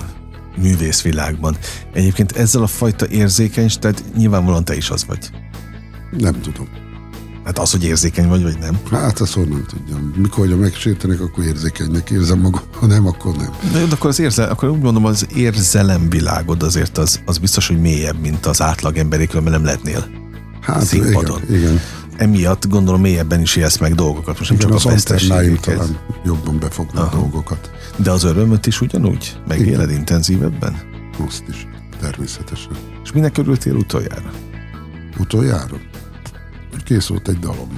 Speaker 2: művészvilágban. Egyébként ezzel a fajta érzékeny, tehát nyilvánvalóan te is az vagy.
Speaker 3: Nem tudom.
Speaker 2: Hát az, hogy érzékeny vagy, vagy nem?
Speaker 3: Hát azt honnan tudjam. Mikor, hogyha megsértenek, akkor érzékenynek érzem magam, ha nem, akkor nem.
Speaker 2: De akkor, az érzel, akkor úgy mondom, az érzelemvilágod azért az, az biztos, hogy mélyebb, mint az átlag emberékről, mert nem lehetnél
Speaker 3: hát,
Speaker 2: színpadon.
Speaker 3: Igen, igen.
Speaker 2: Emiatt gondolom mélyebben is élsz meg dolgokat. Most
Speaker 3: igen,
Speaker 2: nem csak
Speaker 3: az
Speaker 2: a veszteségeket.
Speaker 3: talán jobban befognak Aha. dolgokat.
Speaker 2: De az örömöt is ugyanúgy? Megéled igen. intenzívebben?
Speaker 3: Azt is, természetesen.
Speaker 2: És minek örültél utoljára?
Speaker 3: Utoljára? Hogy kész volt egy dalom.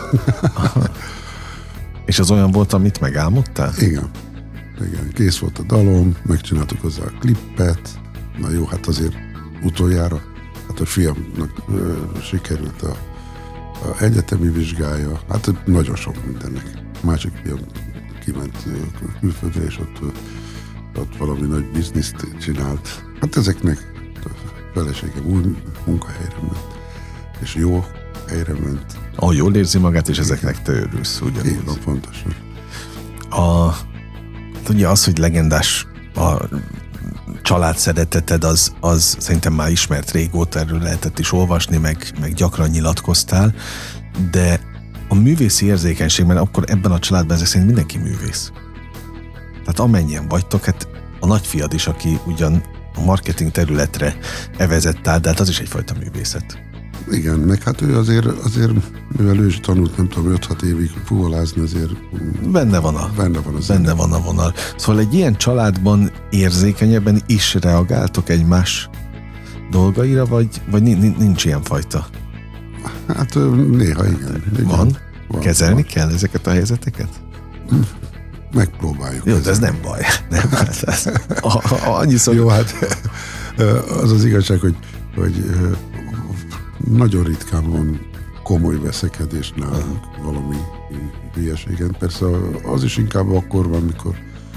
Speaker 2: És az olyan volt, amit megálmodtál?
Speaker 3: Igen. Igen, kész volt a dalom, megcsináltuk hozzá a klippet. Na jó, hát azért utoljára, hát a fiamnak ö, sikerült a, a egyetemi vizsgája, hát nagyon sok mindennek. Másik fiam kiment külföldre, és ott, ott valami nagy bizniszt csinált. Hát ezeknek a feleségem új munkahelyre ment, és jó helyre ment.
Speaker 2: Ahogy jól érzi magát, és ezeknek te örülsz, ugyanúgy.
Speaker 3: Így van, pontosan.
Speaker 2: A, ugye az, hogy legendás a család szereteted, az, az szerintem már ismert régóta, erről lehetett is olvasni, meg, meg gyakran nyilatkoztál, de a művészi érzékenység, mert akkor ebben a családban ezek szerint mindenki művész. Tehát amennyien vagytok, hát a nagyfiad is, aki ugyan a marketing területre evezett át, de hát az is egyfajta művészet.
Speaker 3: Igen, meg hát ő azért, azért mivel ő is tanult, nem tudom, öt-hat évig fuvolázni, azért
Speaker 2: benne van a,
Speaker 3: benne van, az
Speaker 2: benne van a vonal. Szóval egy ilyen családban érzékenyebben is reagáltok egymás dolgaira, vagy, vagy nincs ilyen fajta?
Speaker 3: Hát néha igen. igen.
Speaker 2: Van?
Speaker 3: van?
Speaker 2: Kezelni
Speaker 3: van.
Speaker 2: kell ezeket a helyzeteket?
Speaker 3: Megpróbáljuk.
Speaker 2: Jó, de ez nem baj. Nem, hát ez, a, a, annyiszor...
Speaker 3: Jó, hát az az igazság, hogy, hogy nagyon ritkán van komoly veszekedés nálunk, valami hülyeségen. Persze az is inkább akkor van, mikor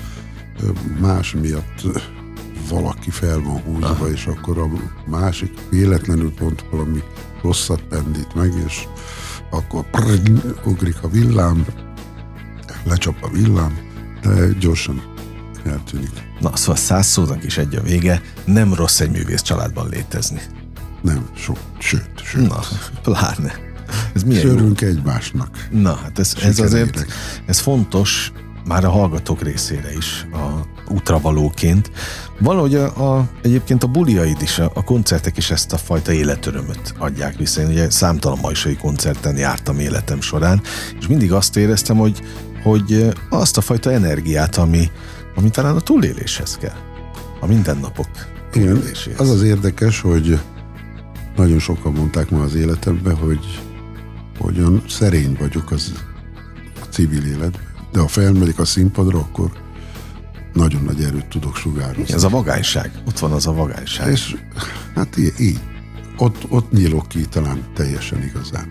Speaker 3: más miatt valaki fel van húzva, Aha. és akkor a másik véletlenül pont valami rosszat pendít meg, és akkor prrr, ugrik a villám, lecsap a villám, de gyorsan eltűnik.
Speaker 2: Na, szóval száz szónak is egy a vége, nem rossz egy művész családban létezni.
Speaker 3: Nem, so, sőt, sőt.
Speaker 2: Na, pláne. Ez milyen
Speaker 3: Szörünk egymásnak.
Speaker 2: Na, hát ez, ez azért, ez fontos már a hallgatók részére is, a útravalóként. Valahogy a, a, egyébként a buliaid is, a, a koncertek is ezt a fajta életörömöt adják vissza. Én ugye számtalan majsai koncerten jártam életem során, és mindig azt éreztem, hogy, hogy azt a fajta energiát, ami, ami talán a túléléshez kell. A mindennapok túléléséhez.
Speaker 3: Igen, az az érdekes, hogy nagyon sokan mondták ma az életemben, hogy olyan szerény vagyok az a civil életben, de ha felmerik a színpadra, akkor nagyon nagy erőt tudok sugározni.
Speaker 2: Ez a vagányság. Ott van az a vagányság.
Speaker 3: És hát így, így. Ott, ott nyílok ki talán teljesen igazán.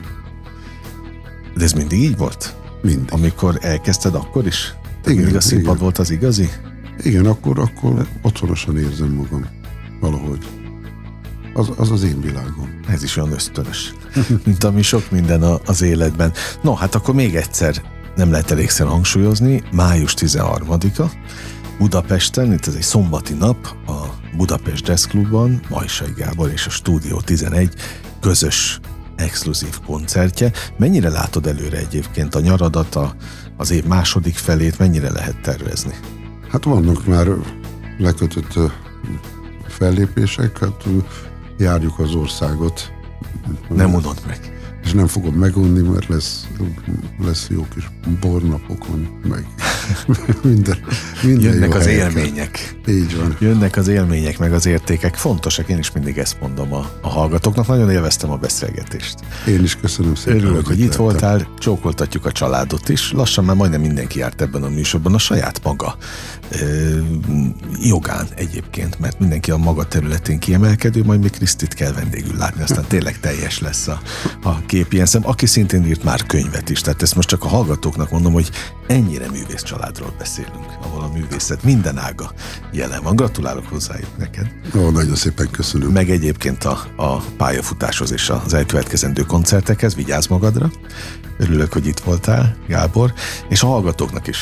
Speaker 2: De ez mindig így volt?
Speaker 3: Mindig.
Speaker 2: Amikor elkezdted, akkor is? Tehát
Speaker 3: igen,
Speaker 2: mindig a színpad
Speaker 3: igen.
Speaker 2: volt az igazi?
Speaker 3: Igen, akkor, akkor otthonosan érzem magam. Valahogy. Az, az az én világom.
Speaker 2: Ez is olyan ösztönös, mint ami sok minden a, az életben. No, hát akkor még egyszer nem lehet elégszer hangsúlyozni, május tizenharmadika, Budapesten, itt ez egy szombati nap, a Budapest Jazz Clubban, Majsai Gábor és a Stúdió tizenegy közös, exkluzív koncertje. Mennyire látod előre egyébként a nyaradat, a, az év második felét, mennyire lehet tervezni?
Speaker 3: Hát vannak már lekötött fellépések, hát járjuk az országot.
Speaker 2: Nem unod meg.
Speaker 3: És nem fogom megunni, mert lesz, lesz jó kis bornapokon, meg minden, minden
Speaker 2: jönnek
Speaker 3: jó
Speaker 2: az
Speaker 3: helyeken.
Speaker 2: élmények.
Speaker 3: Így van.
Speaker 2: Jönnek az élmények, meg az értékek. Fontosak, én is mindig ezt mondom a, a hallgatóknak. Nagyon élveztem a beszélgetést.
Speaker 3: Én is köszönöm szépen.
Speaker 2: Örülök, hogy itt lettem. Voltál, csókoltatjuk a családot is. Lassan már majdnem mindenki járt ebben a műsorban a saját maga ö, jogán egyébként, mert mindenki a maga területén kiemelkedő, majd még Krisztit kell vendégül látni, aztán tényleg teljes lesz a, a kép ilyen szem, aki szintén írt már könyvet is. Tehát ezt most csak a hallgatóknak mondom, hogy ennyire művész családról beszélünk, ahol a művészet minden ága jelen van. Gratulálok hozzájuk neked.
Speaker 3: Ó, nagyon szépen köszönöm.
Speaker 2: Meg egyébként a, a pályafutáshoz és az elkövetkezendő koncertekhez, vigyázz magadra. Örülök, hogy itt voltál, Gábor, és a hallgatóknak is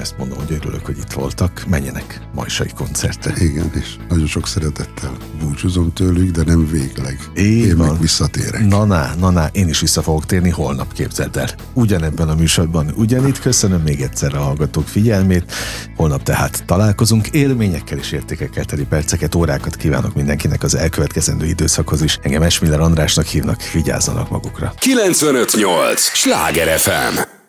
Speaker 2: ezt mondom, hogy örülök, hogy itt voltak, menjenek Majsai koncertre.
Speaker 3: Igen, és nagyon sok szeretettel búcsúzom tőlük, de nem végleg.
Speaker 2: Így
Speaker 3: Én
Speaker 2: van.
Speaker 3: meg visszatérek.
Speaker 2: Na, na, na, na, én is vissza fogok térni holnap, képzeld el. Ugyanebben a műsorban, ugyanitt. Köszönöm még egyszer a hallgatók figyelmét. Holnap tehát találkozunk, élményekkel és értékekkel teli perceket, órákat kívánok mindenkinek az elkövetkezendő időszakhoz is. Engem Esmiller Andrásnak hívnak, vigyázzanak magukra.
Speaker 1: kilencvenöt nyolc Sláger ef em